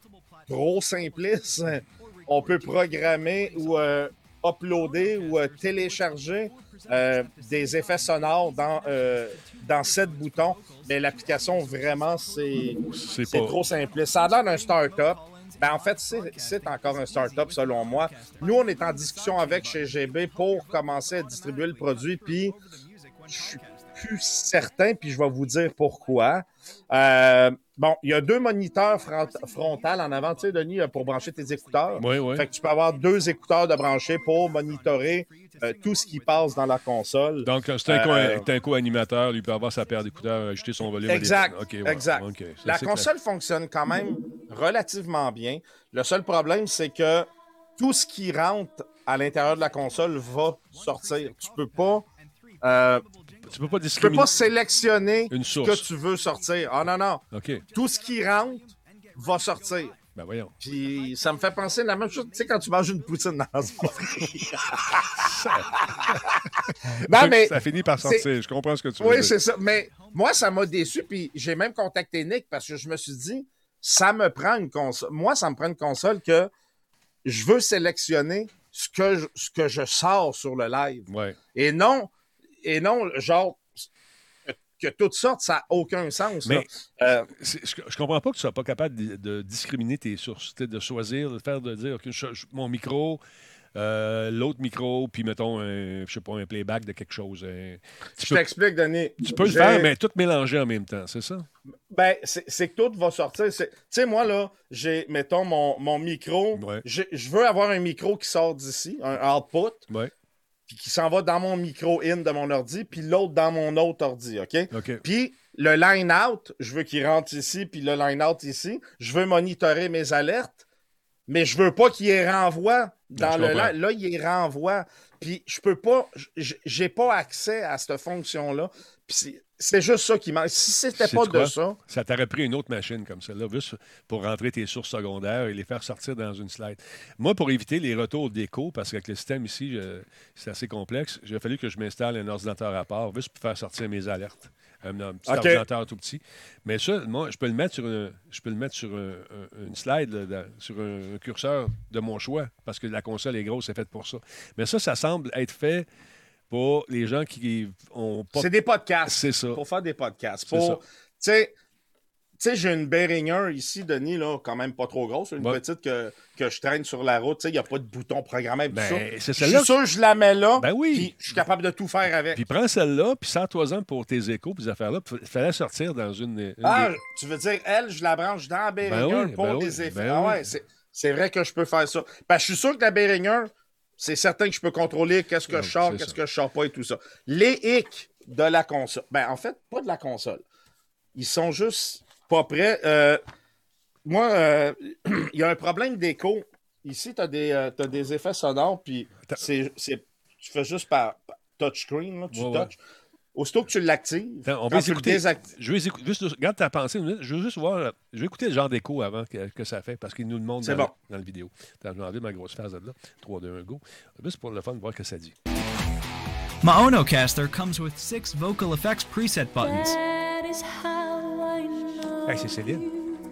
S2: trop simpliste. On peut programmer ou euh, uploader ou euh, télécharger euh, des effets sonores dans, euh, dans sept boutons. Mais l'application, vraiment, c'est, c'est, c'est pas... trop simpliste. Ça a l'air d'un start-up. Ben, en fait, c'est, c'est encore un start-up, selon moi. Nous, on est en discussion avec chez G B pour commencer à distribuer le produit, puis je suis plus certain, puis je vais vous dire pourquoi. Euh, bon, il y a deux moniteurs front- frontales en avant, tu sais, Denis, pour brancher tes écouteurs.
S1: Oui, oui.
S2: Fait que tu peux avoir deux écouteurs de brancher pour monitorer euh, tout ce qui passe dans la console.
S1: Donc, c'est un, euh, co- un co-animateur, lui peut avoir sa paire d'écouteurs, ajouter son volume.
S2: Exact,
S1: à des... okay, ouais,
S2: exact.
S1: Okay. Ça,
S2: la console clair. Fonctionne quand même relativement bien. Le seul problème, c'est que tout ce qui rentre à l'intérieur de la console va sortir. Tu peux pas... Euh,
S1: tu peux pas discriminer.
S2: Tu peux pas sélectionner
S1: une
S2: ce que tu veux sortir. Ah non, non.
S1: Okay.
S2: Tout ce qui rentre va sortir.
S1: Ben voyons.
S2: Puis ça me fait penser à la même chose, tu sais, quand tu manges une poutine dans la
S1: non, mais ça finit par sortir. C'est... Je comprends ce que tu veux
S2: oui,
S1: dire.
S2: Oui, c'est ça. Mais moi, ça m'a déçu. Puis j'ai même contacté Nick parce que je me suis dit, ça me prend une console. Moi, ça me prend une console que je veux sélectionner ce que je, ce que je sors sur le live.
S1: Ouais.
S2: Et non... Et non, genre, que toutes sortes, ça n'a aucun sens.
S1: Mais euh, je, je comprends pas que tu sois pas capable de, de discriminer tes sources, de choisir, de faire, de dire, OK, je, je, mon micro, euh, l'autre micro, puis mettons, un, je sais pas, un playback de quelque chose. Un,
S2: je peux, t'explique, Denis.
S1: Tu peux j'ai... le faire, mais tout mélanger en même temps, c'est ça?
S2: Ben, c'est, c'est que tout va sortir. Tu sais, moi, là, j'ai, mettons, mon, mon micro.
S1: Ouais.
S2: Je veux avoir un micro qui sort d'ici, un output.
S1: Ouais.
S2: Puis qui s'en va dans mon micro-in de mon ordi, puis l'autre dans mon autre ordi, OK?
S1: OK.
S2: Puis le line-out, je veux qu'il rentre ici, puis le line-out ici. Je veux monitorer mes alertes, mais je veux pas qu'il y ait renvoi dans le line. Là, il y ait renvoi. Puis je peux pas... J'ai pas accès à cette fonction-là. Puis c'est, c'est juste ça qui manque. Si c'était pas de ça...
S1: Ça t'aurait pris une autre machine comme celle-là, juste pour rentrer tes sources secondaires et les faire sortir dans une slide. Moi, pour éviter les retours d'écho, parce qu'avec le système ici, je, c'est assez complexe, il a fallu que je m'installe un ordinateur à part, juste pour faire sortir mes alertes. Un, un petit okay. ordinateur tout petit. Mais ça, moi, je peux le mettre sur, un, je peux le mettre sur un, un, une slide, là, sur un, un curseur de mon choix, parce que la console est grosse, c'est faite pour ça. Mais ça, ça semble être fait pour les gens qui ont pas...
S2: C'est des podcasts.
S1: C'est ça.
S2: Pour faire des podcasts. Pour, tu sais, tu sais, j'ai une Behringer ici, Denis, là, quand même pas trop grosse, une ouais. petite que, que je traîne sur la route. Tu sais, il n'y a pas de bouton programmable.
S1: Ben,
S2: c'est je suis sûr que je la mets là,
S1: ben oui.
S2: puis je suis capable de tout faire avec.
S1: Puis prends celle-là, puis sers-toi-en pour tes échos, puis ces affaires-là, il fallait sortir dans une... une
S2: ah,
S1: des...
S2: tu veux dire, elle, je la branche dans la Behringer ben oui, pour ben des oui, effets. Ben ah ouais, oui. c'est, c'est vrai que je peux faire ça. Parce que je suis sûr que la Behringer, c'est certain que je peux contrôler qu'est-ce que non, je sors, qu'est-ce ça. que je sors pas et tout ça. Les hicks de la console, ben en fait, pas de la console. Ils sont juste... pas prêt. Euh, moi, il euh, y a un problème d'écho. Ici, tu as des, euh, des effets sonores, puis c'est, c'est, tu fais juste par, par touchscreen, là, tu ouais, touches. Ouais. Aussitôt que tu l'actives,
S1: Attends, on va écouter. Désactiv... Je vais écouter. Juste, regarde ta pensée une minute. Je veux juste voir. Je vais écouter le genre d'écho avant que, que ça fait, parce qu'il nous le montre dans,
S2: bon.
S1: dans la vidéo. Attends, je vais enlever ma grosse phase de là. trois, deux, un, go. Juste pour le fun de voir ce que ça dit.
S6: Maonocaster comes with six vocal effects preset buttons.
S1: Hey, c'est Céline.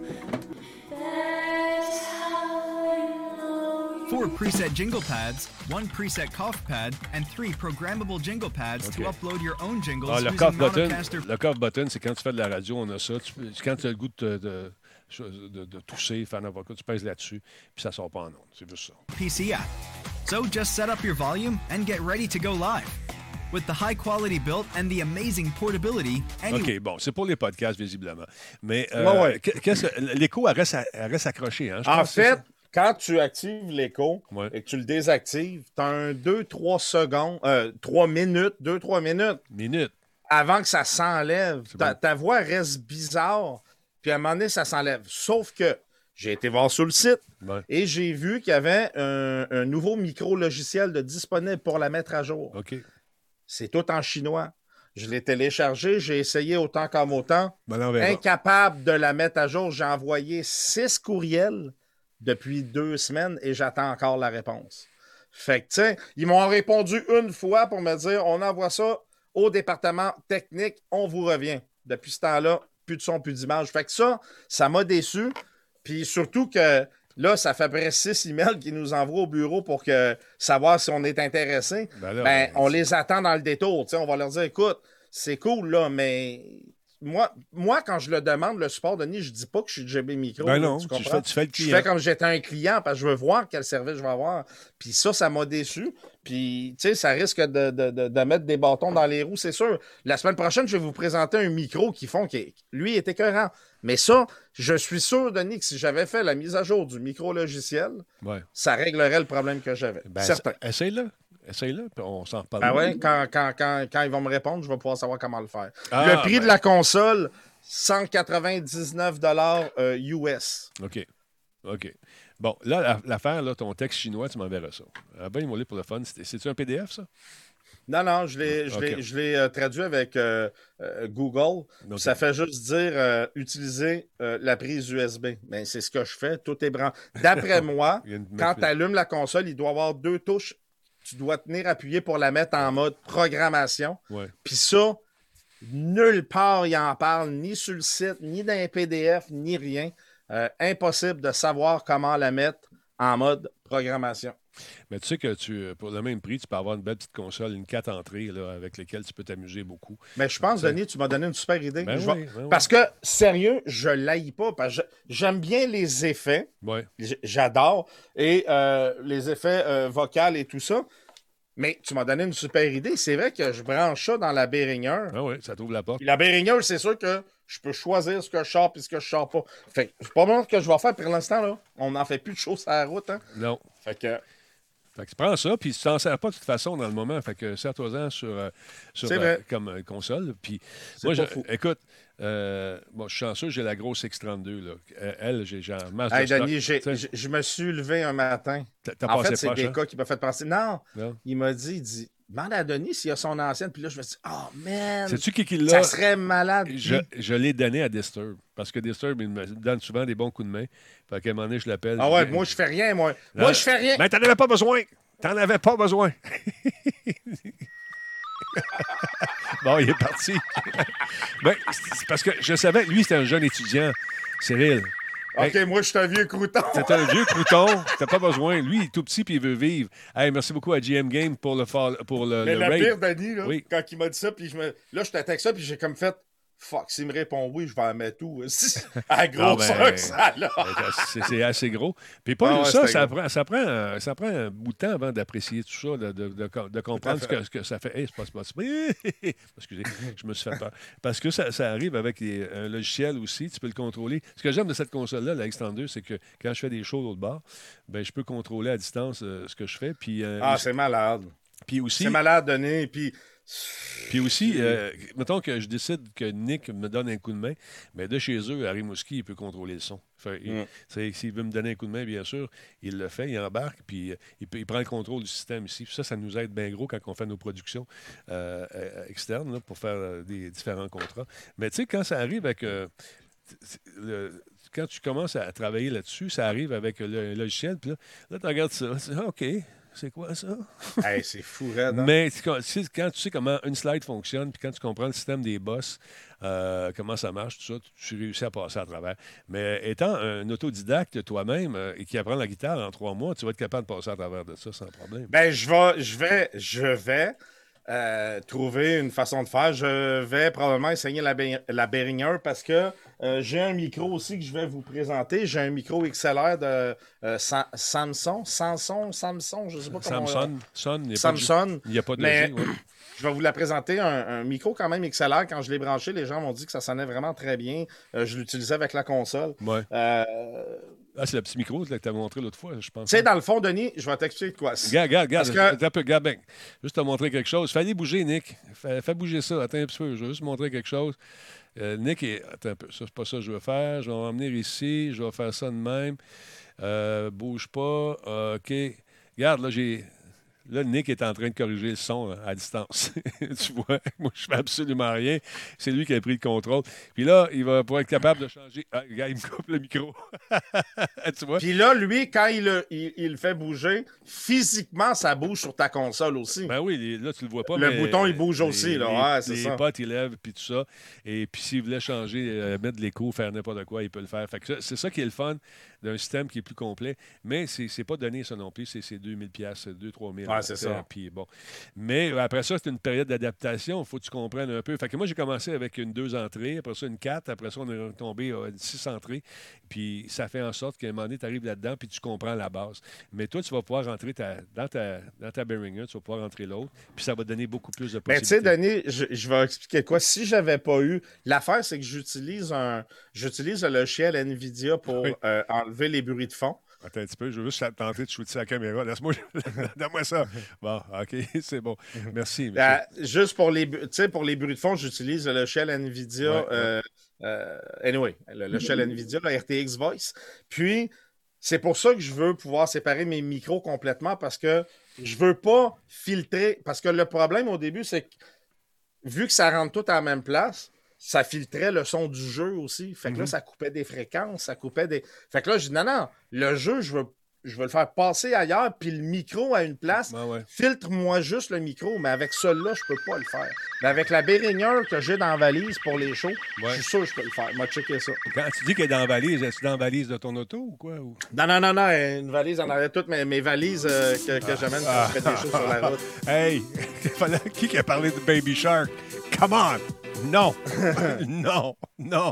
S6: Four preset jingle pads, one preset cough pad, and three programmable jingle pads okay. to upload your own jingles
S1: ah, le
S6: using
S1: cough button,
S6: Monocaster.
S1: Le cough button, c'est quand tu fais de la radio, on a ça. Tu, quand tu as le goût de, de, de, de tousser, faire n'importe quoi, tu pèses là-dessus, puis ça sort pas en ondes. C'est juste ça.
S6: P C app. So just set up your volume and get ready to go live. With the high quality build and the amazing portability. Any...
S1: OK, bon, c'est pour les podcasts, visiblement. Mais euh, ouais, ouais. Qu'est-ce, l'écho, elle reste, elle reste accrochée. Hein,
S2: en fait, quand tu actives l'écho ouais. et que tu le désactives, tu as un deux trois secondes, euh, trois minutes, deux trois minutes.
S1: Minutes.
S2: Avant que ça s'enlève. Ta,
S1: bon.
S2: ta voix reste bizarre, puis à un moment donné, ça s'enlève. Sauf que j'ai été voir sur le site
S1: ouais.
S2: et j'ai vu qu'il y avait un, un nouveau micro-logiciel de disponible pour la mettre à jour.
S1: OK.
S2: C'est tout en chinois. Je l'ai téléchargé, j'ai essayé autant comme autant.
S1: Ben non,
S2: incapable de la mettre à jour. J'ai envoyé six courriels depuis deux semaines et j'attends encore la réponse. Fait que, tu sais, ils m'ont répondu une fois pour me dire on envoie ça au département technique, on vous revient. Depuis ce temps-là, plus de son, plus d'image. Fait que ça, ça m'a déçu. Puis surtout que là, ça fait à peu près six emails qu'ils nous envoient au bureau pour que, savoir si on est intéressé. Ben, là, ben on les attend dans le détour. On va leur dire, écoute, c'est cool, là, mais... Moi, moi, quand je le demande, le support, Denis, je dis pas que je suis J B Micro.
S1: Ben non,
S2: tu
S1: tu
S2: comprends?
S1: fais, tu fais le client.
S2: Je fais comme j'étais un client parce que je veux voir quel service je vais avoir. Puis ça, ça m'a déçu. Puis, tu sais, ça risque de, de, de, de mettre des bâtons dans les roues, c'est sûr. La semaine prochaine, je vais vous présenter un micro qui font qui, lui, est écœurant. Mais ça, je suis sûr, Denis, que si j'avais fait la mise à jour du micro-logiciel,
S1: ouais.
S2: ça réglerait le problème que j'avais.
S1: Ben,
S2: certain.
S1: Essaye-le. Essaye-le, puis on s'en reparle.
S2: Ah ouais, quand, quand, quand, quand ils vont me répondre, je vais pouvoir savoir comment le faire.
S1: Ah,
S2: le prix
S1: ben...
S2: de la console, cent quatre-vingt-dix-neuf dollars euh, U S.
S1: OK. OK. Bon, là, l'affaire, là, ton texte chinois, tu m'enverras ça. Ah ben, ils m'ont lu pour le fun. C'est-tu un P D F, ça?
S2: Non, non, je l'ai, je l'ai, okay. je l'ai euh, traduit avec euh, euh, Google. Okay. Ça fait juste dire euh, utiliser euh, la prise U S B. Mais c'est ce que je fais. Tout est branché. D'après moi, quand tu allumes la console, il doit y avoir deux touches. Tu dois tenir appuyé pour la mettre en mode programmation.
S1: Ouais.
S2: Puis ça, nulle part il en parle, ni sur le site, ni dans un P D F, ni rien. Euh, impossible de savoir comment la mettre en mode programmation.
S1: Mais tu sais que tu, pour le même prix, tu peux avoir une belle petite console, une quatre entrées là, avec laquelle tu peux t'amuser beaucoup.
S2: Mais je pense, Denis, tu m'as donné une super idée.
S1: Ben
S2: je
S1: oui,
S2: vais...
S1: ben
S2: parce que, sérieux, je ne l'haïs pas. Parce que j'aime bien les effets.
S1: Ouais.
S2: J'adore. Et euh, les effets euh, vocaux et tout ça. Mais tu m'as donné une super idée. C'est vrai que je branche ça dans la Behringer.
S1: Ah oui, ça trouve la porte.
S2: Puis la Behringer, c'est sûr que je peux choisir ce que je sors et ce que je sors pas. Fait que c'est pas mal que je vais faire pour l'instant, là. On n'en fait plus de choses à la route, hein.
S1: Non.
S2: Fait que...
S1: Fait que tu prends ça, puis tu t'en sers pas de toute façon dans le moment. Fait que sers-toi-en sur, euh, sur euh, comme euh, console. Puis moi, je, écoute, euh, bon, je suis chanceux, j'ai la grosse X trente-deux. Là. Euh, elle, j'ai genre masse
S2: hey,
S1: de stock.
S2: Denis, j'ai, j'ai, je me suis levé un matin.
S1: T'as
S2: en fait, c'est
S1: proche,
S2: des
S1: hein?
S2: cas qui m'a fait penser. Non,
S1: non.
S2: il m'a dit, il dit, demande à Denis s'il a son ancienne. Puis là, je me suis dit, oh man,
S1: sais-tu qui, qui l'a?
S2: Ça serait malade.
S1: Je, je l'ai donné à Disturb. Parce que Disturb, il me donne souvent des bons coups de main. Fait qu'à un moment donné, je l'appelle.
S2: Ah ouais,
S1: je...
S2: moi, je fais rien, moi. Là, moi, je fais rien.
S1: Mais t'en avais pas besoin. T'en avais pas besoin. Bon, il est parti. Ben, c'est parce que je savais, lui, c'était un jeune étudiant, Cyril.
S2: OK, hey, moi, je suis un vieux crouton.
S1: C'est un vieux crouton. T'as pas besoin. Lui, il est tout petit puis il veut vivre. Hey, merci beaucoup à G M Game pour le fall, pour le,
S2: Mais
S1: le
S2: la
S1: raid.
S2: pire, Denis, là,
S1: oui.
S2: quand il m'a dit ça, puis je me... là, je t'attaque ça, puis j'ai comme fait... Fuck, s'il me répond oui, je vais en mettre où? À grosseur
S1: ben,
S2: que ça, là.
S1: c'est, c'est assez gros. Puis pas
S2: ah,
S1: juste
S2: ouais,
S1: ça, ça
S2: gros.
S1: prend, ça, prend, ça prend un bout de temps avant d'apprécier tout ça, de, de, de, de comprendre ce que, ce que ça fait. Hey, c'est pas, c'est pas, c'est pas... Excusez, je me suis fait peur. Parce que ça, ça arrive avec les, un logiciel aussi, tu peux le contrôler. Ce que j'aime de cette console-là, la X trente-deux, c'est que quand je fais des shows l'autre bord, ben, je peux contrôler à distance euh, ce que je fais. Puis, euh,
S2: ah,
S1: aussi,
S2: c'est malade.
S1: Puis aussi,
S2: c'est malade, Denis. Puis...
S1: Puis aussi, euh, mettons que je décide que Nick me donne un coup de main, mais de chez eux, à Rimouski, il peut contrôler le son. Fait, il, mm. S'il veut me donner un coup de main, bien sûr, il le fait, il embarque, puis il, peut, il prend le contrôle du système ici. Puis ça, ça nous aide bien gros quand on fait nos productions euh, externes là, pour faire euh, des différents contrats. Mais tu sais, quand ça arrive avec... Euh, le, quand tu commences à travailler là-dessus, ça arrive avec le logiciel, puis là, là tu regardes ça, tu dis, ah, OK. C'est quoi ça?
S2: Hey, c'est fou, raide, hein?
S1: Mais quand tu sais comment une slide fonctionne, puis quand tu comprends le système des boss, euh, comment ça marche, tout ça, tu, tu réussis à passer à travers. Mais étant un autodidacte toi-même euh, et qui apprend la guitare en trois mois, tu vas être capable de passer à travers de ça sans problème.
S2: Ben, je vais, je vais, je vais euh, trouver une façon de faire. Je vais probablement essayer la, la Behringer parce que euh, j'ai un micro aussi que je vais vous présenter. J'ai un micro X L R de euh, Sa- Samsung, Samsung, Samsung, je sais pas comment...
S1: Samsung, Son, il
S2: Samsung.
S1: Il n'y a pas de
S2: mais
S1: logique, ouais.
S2: Je vais vous la présenter. Un, un micro quand même X L R. Quand je l'ai branché, les gens m'ont dit que ça sonnait vraiment très bien. Euh, je l'utilisais avec la console.
S1: Ouais.
S2: Euh...
S1: Ah, c'est le petit micro là, que tu as montré l'autre fois, je pense.
S2: Tu sais, dans le fond, Denis, je vais t'expliquer de quoi.
S1: Regarde, regarde, regarde.
S2: que...
S1: Un peu, regarde bien. Juste te montrer quelque chose. Fallait bouger, Nick. Fais, fais bouger ça. Attends un petit peu. Je vais juste montrer quelque chose. Euh, Nick, est... attends un peu. Ça, c'est pas ça que je veux faire. Je vais en venir ici. Je vais faire ça de même. Euh, bouge pas. Euh, OK. Regarde, là, j'ai... Là, Nick est en train de corriger le son là, à distance. Tu vois, moi, je fais absolument rien. C'est lui qui a pris le contrôle. Puis là, il va pouvoir être capable de changer. Ah, le gars, il me coupe le micro. Tu vois?
S2: Puis là, lui, quand il le, il, il le fait bouger, physiquement, ça bouge sur ta console aussi.
S1: Ben oui, les- là, tu le vois pas.
S2: Le
S1: mais
S2: bouton, il bouge
S1: les-
S2: aussi, là.
S1: Les,
S2: Ouais, c'est
S1: les
S2: ça.
S1: potes, ils lèvent, puis tout ça. Et puis, s'il voulait changer, euh, mettre de l'écho, faire n'importe quoi, il peut le faire. Fait que ça- c'est ça qui est le fun d'un système qui est plus complet. Mais c'est c'est pas donné, ça non plus. C'est c'est deux mille dollars, deux mille trois mille.
S2: Ouais, c'est ça.
S1: Puis bon. Mais euh, après ça, c'est une période d'adaptation. Il faut que tu comprennes un peu. Fait que moi, j'ai commencé avec une deux entrées, après ça, une quatre. Après ça, on est tombé à une six entrées. Puis ça fait en sorte qu'à un moment donné, tu arrives là-dedans, puis tu comprends la base. Mais toi, tu vas pouvoir rentrer ta, dans, ta, dans ta Behringer, tu vas pouvoir rentrer l'autre, puis ça va donner beaucoup plus de
S2: Mais tu sais,
S1: possibilités.
S2: Denis, je, je vais expliquer quoi. Si j'avais pas eu. L'affaire, c'est que j'utilise un. J'utilise le logiciel NVIDIA pour
S1: Oui.
S2: euh, enlever les bruits de fond.
S1: Attends un petit peu, je veux juste tenter de shooter la caméra. Laisse-moi, donne-moi ça. Bon, OK, c'est bon. Merci.
S2: Euh,
S1: monsieur.
S2: juste pour les, bu- tu sais, pour les bruits de fond, j'utilise le logiciel NVIDIA.
S1: Ouais, ouais.
S2: euh, euh, anyway, le logiciel NVIDIA, le R T X Voice. Puis, c'est pour ça que je veux pouvoir séparer mes micros complètement parce que je veux pas filtrer. Parce que le problème au début, c'est que vu que ça rentre tout à la même place, ça filtrait le son du jeu aussi. Fait que là,
S1: Mhm.
S2: ça coupait des fréquences, ça coupait des. Fait que là, je dis non, non, le jeu, je veux, je veux le faire passer ailleurs, puis le micro à une place.
S1: Ouais, ouais.
S2: Filtre-moi juste le micro, mais avec celui-là, je peux pas le faire. Mais avec la Behringer que j'ai dans la valise pour les shows,
S1: Ouais.
S2: je suis sûr que je peux le faire. Moi, checker ça.
S1: Quand tu dis qu'elle est dans la valise, est-ce dans la valise de ton auto ou quoi? Ou...
S2: Non, non, non, non, une valise en arrière, toutes mes, mes valises euh, que, que j'amène quand je fais des shows sur la route.
S1: Hey! Fallait- Qui qui a parlé de Baby Shark? Come on! Non! non! Non!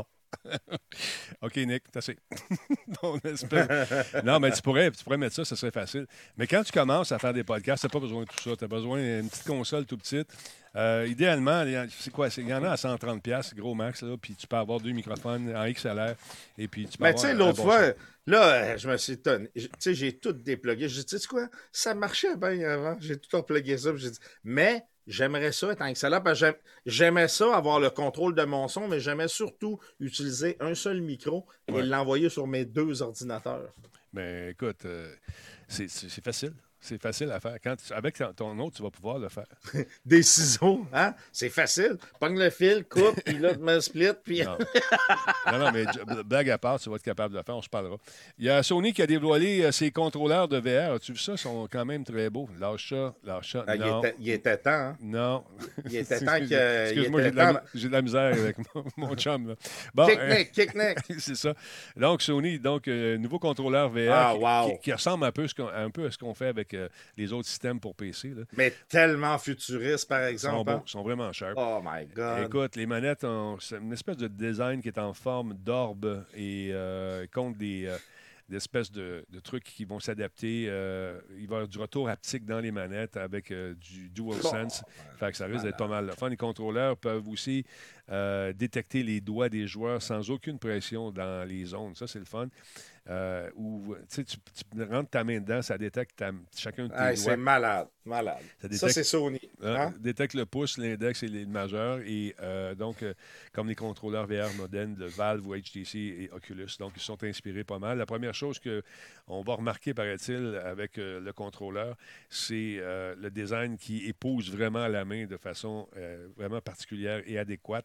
S1: OK, Nick, t'as assez. Ton espèce- Non, mais tu pourrais, tu pourrais mettre ça, ça serait facile. Mais quand tu commences à faire des podcasts, t'as pas besoin de tout ça. Tu as besoin d'une petite console tout petite. Euh, idéalement, il y a- c'est quoi? c'est- Il y en a à cent trente dollars, gros max, là, puis tu peux avoir deux microphones en X L R, et puis tu peux
S2: Mais tu
S1: avoir
S2: sais,
S1: un- un
S2: l'autre
S1: bon
S2: fois,
S1: son.
S2: là, euh, je me suis étonné. Je- Tu sais, j'ai tout déplugué. J'ai dit, tu sais quoi? Ça marchait bien avant. J'ai tout replugué ça. puis J'ai dit, mais j'aimerais ça être en X L R parce que j'aime- j'aimais ça, avoir le contrôle de mon son, mais j'aimais surtout utiliser un seul micro et
S1: Ouais.
S2: l'envoyer sur mes deux ordinateurs.
S1: Mais écoute, euh, c'est c'est- c'est facile. C'est facile à faire. Quand tu- avec ton- ton autre, tu vas pouvoir le faire.
S2: Des ciseaux, hein? C'est facile. Pogne le fil, coupe, puis là, tu mets un split, puis...
S1: Non. non, non, mais j- blague à part, tu vas être capable de le faire, on se parlera. Il y a Sony qui a dévoilé euh, ses contrôleurs de V R. As-tu vu ça? Ils sont quand même très beaux. Lâche ça, lâche ça.
S2: Ah, il,
S1: non.
S2: était, il était temps, hein?
S1: Non.
S2: Il était temps que...
S1: Excuse-moi,
S2: il
S1: j'ai
S2: était
S1: de, la,
S2: temps-
S1: j'ai de la misère avec mon, mon chum. Là. Bon,
S2: Kick
S1: euh,
S2: neck, kick neck.
S1: c'est ça. Donc, Sony, donc, euh, nouveau contrôleur V R
S2: Ah,
S1: qui,
S2: wow.
S1: qui- qui ressemble un peu, ce qu'on- un peu à ce qu'on fait avec euh, les autres systèmes pour P C. Là.
S2: Mais tellement futuriste, par
S1: Ils sont
S2: exemple.
S1: beaux,
S2: hein?
S1: ils sont vraiment sharp.
S2: Oh my God.
S1: Écoute, les manettes, ont, c'est une espèce de design qui est en forme d'orbe et euh, compte des, euh, des espèces de, de trucs qui vont s'adapter. Euh, il va y avoir du retour haptique dans les manettes avec euh, du DualSense. Fait que ça risque d'être pas mal le fun. Les contrôleurs peuvent aussi euh, détecter les doigts des joueurs sans aucune pression dans les zones. Ça, c'est le fun. Euh, où, tu sais, tu, tu rentres ta main dedans, ça détecte ta- chacun de tes
S2: Hey,
S1: doigts.
S2: c'est malade, malade.
S1: Ça
S2: Ça,
S1: détecte-
S2: c'est Sony.
S1: Hein,
S2: Hein?
S1: détecte le pouce, l'index et le majeur. Et euh, donc, euh, comme les contrôleurs V R modernes de Valve ou H T C et Oculus. Donc, ils sont inspirés pas mal. La première chose qu'on va remarquer, paraît-il, avec euh, le contrôleur, c'est euh, le design qui épouse vraiment la main de façon euh, vraiment particulière et adéquate.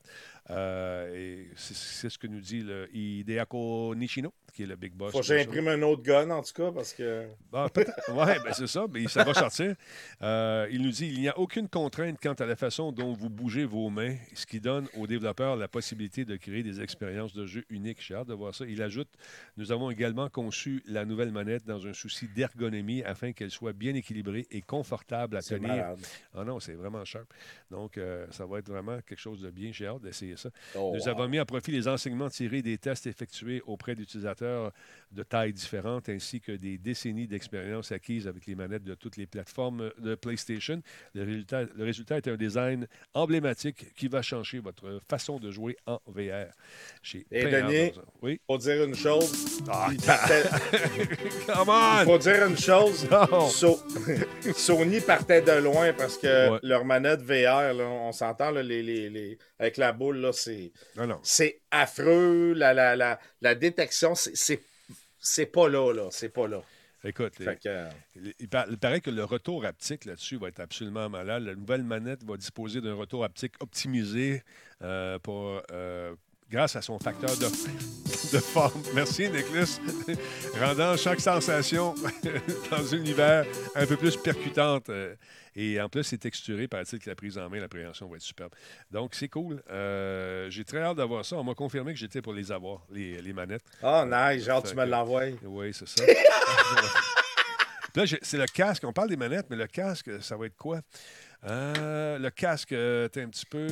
S1: Euh, et c'est, c'est ce que nous dit le Hideako Nishino, qui est le big boss.
S2: Faut que
S1: de ça.
S2: j'imprime un autre gun, en tout cas, parce que...
S1: Bon, oui, ben c'est ça, mais ça va sortir. Euh, il nous dit il n'y a aucune contrainte quant à la façon dont vous bougez vos mains, ce qui donne aux développeurs la possibilité de créer des expériences de jeu uniques. J'ai hâte de voir ça. Il ajoute nous avons également conçu la nouvelle manette dans un souci d'ergonomie afin qu'elle soit bien équilibrée et confortable à
S2: C'est
S1: tenir.
S2: malade.
S1: Ah non, c'est vraiment sharp. Donc, euh, ça va être vraiment quelque chose de bien. J'ai hâte d'essayer ça.
S2: Oh,
S1: Nous
S2: wow.
S1: avons mis à profit les enseignements tirés des tests effectués auprès d'utilisateurs de tailles différentes ainsi que des décennies d'expérience acquises avec les manettes de toutes les plateformes de PlayStation. Le résultat, le résultat est un design emblématique qui va changer votre façon de jouer en V R. J'ai
S2: Et
S1: plein hâte
S2: Denis,
S1: de voir ça. Oui.
S2: Faut dire une chose.
S1: Ah,
S2: il partait-
S1: come on!
S2: Faut dire une chose.
S1: Non.
S2: So- Sony partait de loin parce que
S1: Ouais.
S2: leur manette V R, là, on s'entend, là, les, les, les- avec la boule, là, c'est,
S1: Non, non.
S2: c'est affreux. La, la, la, la détection, c'est, c'est, c'est pas là, là. C'est pas là.
S1: Écoute, les,
S2: que, euh...
S1: il, il, il paraît que le retour haptique là-dessus va être absolument malade. La nouvelle manette va disposer d'un retour haptique optimisé euh, pour, euh, grâce à son facteur de, de forme. Merci, Nicholas. Rendant chaque sensation dans un univers un peu plus percutante. Euh, et en plus, c'est texturé, paraît-il que la prise en main, l'appréhension va être superbe. Donc, c'est cool. Euh, j'ai très hâte d'avoir ça. On m'a confirmé que j'étais pour les avoir, les, les manettes.
S2: Oh, nice. Genre, tu me l'envoies.
S1: Oui, c'est ça. Là, c'est le casque. On parle des manettes, mais le casque, ça va être quoi? Euh, le casque, euh, t'es un petit peu...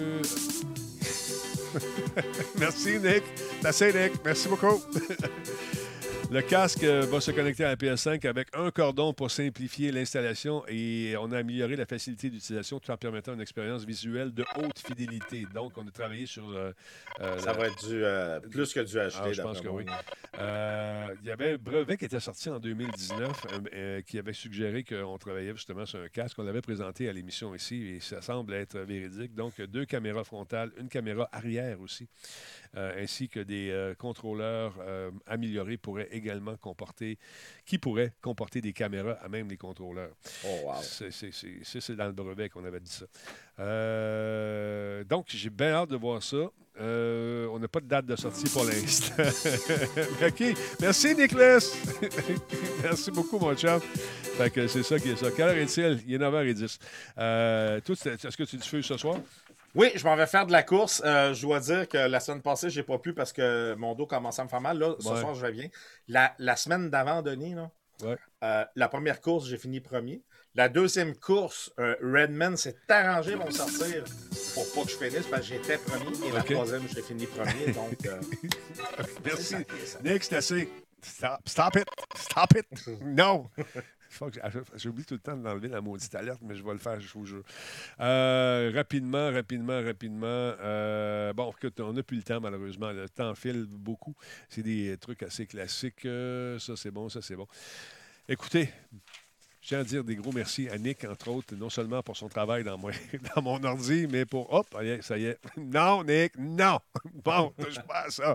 S1: Merci, Nick. Merci, Nick. Merci beaucoup. Le casque va se connecter à la P S cinq avec un cordon pour simplifier l'installation et on a amélioré la facilité d'utilisation tout en permettant une expérience visuelle de haute fidélité. Donc, on a travaillé sur... Euh,
S2: euh, Ça la... va être du, euh, plus que du H D.
S1: Ah, je pense que oui. Euh, il y avait un brevet qui était sorti en deux mille dix-neuf euh, euh, qui avait suggéré qu'on travaillait justement sur un casque. On l'avait présenté à l'émission ici et ça semble être véridique. Donc, deux caméras frontales, une caméra arrière aussi, euh, ainsi que des euh, contrôleurs euh, améliorés pourraient également comporter, qui pourraient comporter des caméras à même les contrôleurs.
S2: Oh, wow.
S1: C'est, c'est, c'est, c'est, c'est dans le brevet qu'on avait dit ça. Euh, donc, j'ai bien hâte de voir ça. Euh, on n'a pas de date de sortie pour l'instant. OK. Merci, Nicolas. Merci beaucoup, mon chum. Fait que c'est ça qui est ça. Quelle heure est-il? Il est neuf heures dix. Euh, toi, est-ce que tu diffuses ce soir?
S2: Oui, je m'en vais faire de la course. Euh, je dois dire que la semaine passée, j'ai pas pu parce que mon dos commençait à me faire mal. Là, ce
S1: ouais.
S2: soir, je vais bien. La, la semaine d'avant, Denis, là,
S1: ouais.
S2: euh, la première course, j'ai fini premier. La deuxième course, euh, Redman s'est arrangé pour me sortir pour pas que je finisse parce que j'étais premier. Et okay. La troisième, j'ai fini premier. Donc, euh,
S1: merci. Nick, c'est assez. Stop, stop it. Stop it. Non. J'oublie tout le temps d'enlever la maudite alerte, mais je vais le faire, je vous jure. Euh, rapidement, rapidement, rapidement. Euh, bon, écoute, on n'a plus le temps, malheureusement. Le temps file beaucoup. C'est des trucs assez classiques. Euh, ça, c'est bon, ça, c'est bon. Écoutez, je tiens à dire des gros merci à Nick, entre autres, non seulement pour son travail dans mon, dans mon ordi, mais pour... Hop, ça y est. Non, Nick, non! Bon, touche pas à ça.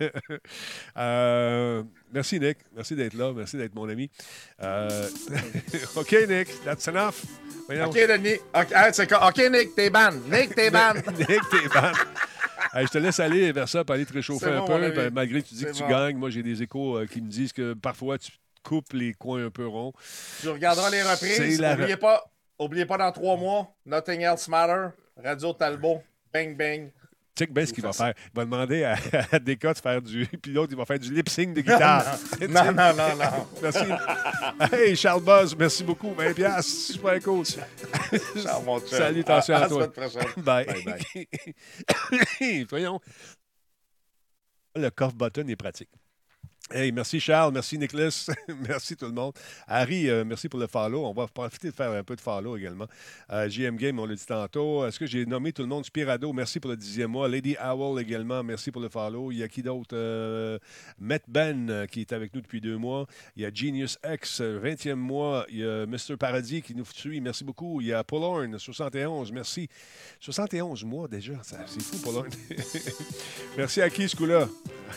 S1: euh, merci, Nick. Merci d'être là. Merci d'être mon ami. Euh, OK, Nick, that's enough.
S2: Voyons. OK, Denis. OK, OK, Nick, t'es ban. Nick, t'es ban.
S1: Nick, t'es ban. Hey, je te laisse aller vers ça pour aller te réchauffer c'est un bon, peu. Ben, malgré que tu dis c'est que bon. Tu gagnes, moi, j'ai des échos euh, qui me disent que parfois, tu coupe les coins un peu ronds.
S2: Tu regarderas les reprises. N'oubliez la... pas, oubliez pas dans trois mois, Nothing Else Matter, Radio Talbot, bang bang.
S1: Tu sais que bien ce qu'il va faire. Il va demander à, à Deka de faire du... Puis l'autre, il va faire du lip-sync de guitare.
S2: Non, non, non, non, non.
S1: Merci. Hey, Charles Buzz, merci beaucoup. vingt piastres, super cool.
S2: Charles, mon chat.
S1: Salutations à, à, à toi.
S2: Bye.
S1: Bye, bye. Voyons. Le cough button est pratique. Hey, merci Charles, merci Nicholas, merci tout le monde. Harry, euh, merci pour le follow. On va profiter de faire un peu de follow également. Euh, J M Game, on l'a dit tantôt. Est-ce que j'ai nommé tout le monde? Spirado, merci pour le dixième mois. Lady Owl également, merci pour le follow. Il y a qui d'autre? Euh, Matt Ben, euh, qui est avec nous depuis deux mois. Il y a Genius X, vingtième mois. Il y a mister Paradis qui nous suit, merci beaucoup. Il y a Paulorn, soixante et onze, merci. soixante et onze mois déjà, ça, c'est fou Paulorn. Merci à qui ce coup-là?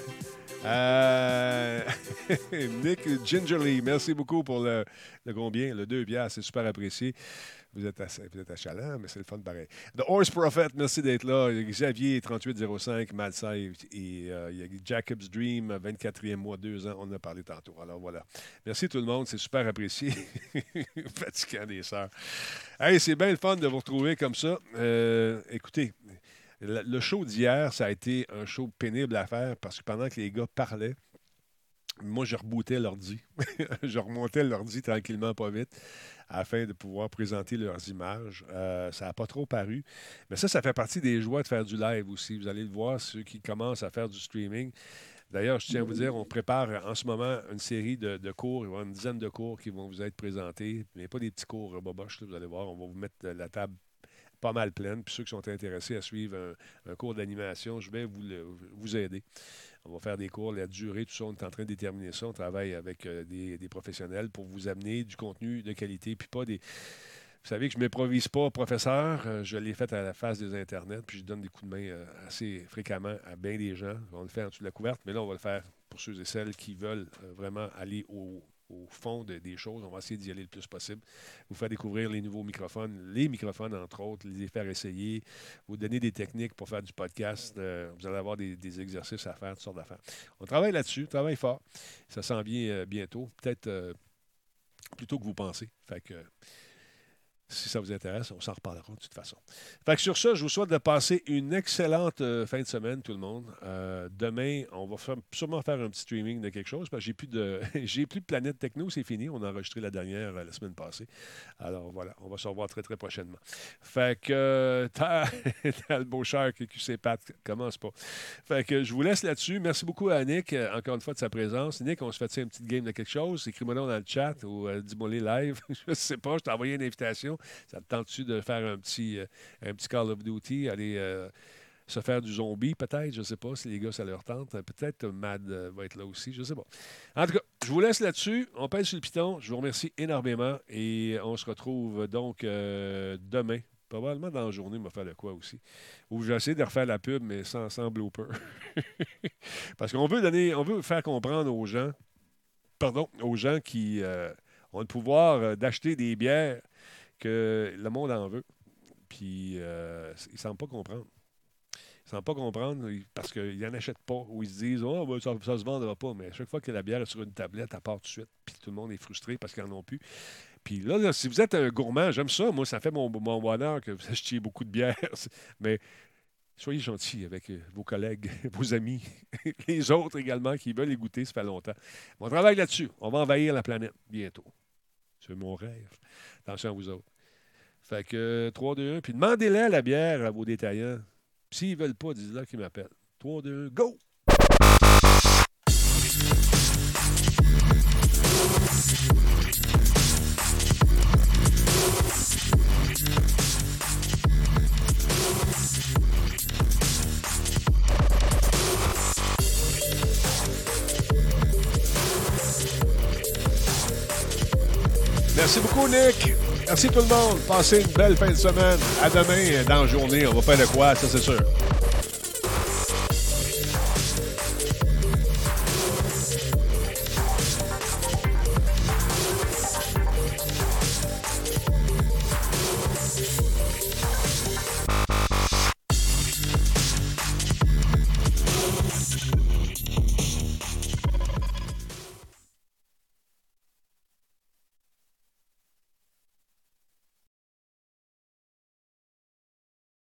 S1: Euh... Nick Gingerly, merci beaucoup pour le, le combien, le deux bières, c'est super apprécié. Vous êtes, assez, vous êtes achalant, mais c'est le fun pareil. The Horse Prophet, merci d'être là. Xavier, trente-huit zéro cinq, Malsa et euh, il y a Jacob's Dream, vingt-quatrième mois, deux ans, on en a parlé tantôt. Alors voilà. Merci tout le monde, c'est super apprécié. Fatigant des sœurs. Hey, c'est bien le fun de vous retrouver comme ça. Euh, écoutez, le show d'hier, ça a été un show pénible à faire parce que pendant que les gars parlaient, moi, je rebootais l'ordi. Je remontais l'ordi tranquillement, pas vite, afin de pouvoir présenter leurs images. Euh, ça n'a pas trop paru. Mais ça, ça fait partie des joies de faire du live aussi. Vous allez le voir, ceux qui commencent à faire du streaming. D'ailleurs, je tiens à vous dire, on prépare en ce moment une série de, de cours. Il va y avoir une dizaine de cours qui vont vous être présentés. Mais pas des petits cours boboches, là, vous allez voir. On va vous mettre la table pas mal pleine. Puis ceux qui sont intéressés à suivre un, un cours d'animation, je vais vous, le, vous aider. On va faire des cours, la durée, tout ça, on est en train de déterminer ça. On travaille avec euh, des, des professionnels pour vous amener du contenu de qualité, puis pas des... Vous savez que je ne m'improvise pas professeur. Euh, je l'ai fait à la face des Internets, puis je donne des coups de main euh, assez fréquemment à bien des gens. On le fait en dessous de la couverte, mais là, on va le faire pour ceux et celles qui veulent euh, vraiment aller au au fond de, des choses. On va essayer d'y aller le plus possible. Vous faire découvrir les nouveaux microphones, les microphones, entre autres, les faire essayer, vous donner des techniques pour faire du podcast. Euh, vous allez avoir des, des exercices à faire, toutes sortes d'affaires. On travaille là-dessus, on travaille fort. Ça s'en vient euh, bientôt, peut-être euh, plus tôt que vous pensez. Fait que... Si ça vous intéresse, on s'en reparlera de toute façon. Fait que sur ça, je vous souhaite de passer une excellente euh, fin de semaine, tout le monde. Euh, demain, on va faire, sûrement faire un petit streaming de quelque chose parce que j'ai plus de j'ai plus de Planète Techno, c'est fini. On a enregistré la dernière euh, la semaine passée. Alors voilà, on va se revoir très, très prochainement. Fait que euh, t'as, t'as le beau cher que Q C Pat, commence pas. Fait que je vous laisse là-dessus. Merci beaucoup à Nick, euh, encore une fois, de sa présence. Nick, on se fait une petite game de quelque chose. Écris-moi dans le chat ou euh, dis-moi les live. Je sais pas, je t'ai envoyé une invitation. Ça te tente-tu de faire un petit, euh, un petit Call of Duty, aller euh, se faire du zombie peut-être, je ne sais pas si les gars ça leur tente. Peut-être Mad euh, va être là aussi, je ne sais pas. En tout cas, je vous laisse là-dessus. On pèse sur le piton. Je vous remercie énormément et on se retrouve donc euh, demain. Probablement dans la journée, on va faire de quoi aussi. Ou j'ai essayé de refaire la pub, mais sans, sans blooper. Parce qu'on veut donner, on veut faire comprendre aux gens, pardon, aux gens qui euh, ont le pouvoir euh, d'acheter des bières que le monde en veut. Puis, euh, ils ne semblent pas comprendre. Ils ne semblent pas comprendre parce qu'ils n'en achètent pas. Ou ils se disent, oh, ben, ça ne se vendra pas. Mais à chaque fois que la bière est sur une tablette, elle part tout de suite. Puis tout le monde est frustré parce qu'ils n'en ont plus. Puis là, là, si vous êtes un gourmand, j'aime ça. Moi, ça fait mon, mon bonheur que vous achetiez beaucoup de bière. Mais soyez gentils avec vos collègues, vos amis, les autres également qui veulent les goûter, ça fait longtemps. On travaille là-dessus. On va envahir la planète bientôt. C'est mon rêve. Attention à vous autres. Fait que trois, deux, un. Puis demandez-les la bière à vos détaillants. S'ils ne veulent pas, dites-leur qu'ils m'appellent. trois, deux, un, go! Merci beaucoup, Nick. Merci tout le monde. Passez une belle fin de semaine. À demain dans la journée. On va faire de quoi, ça c'est sûr.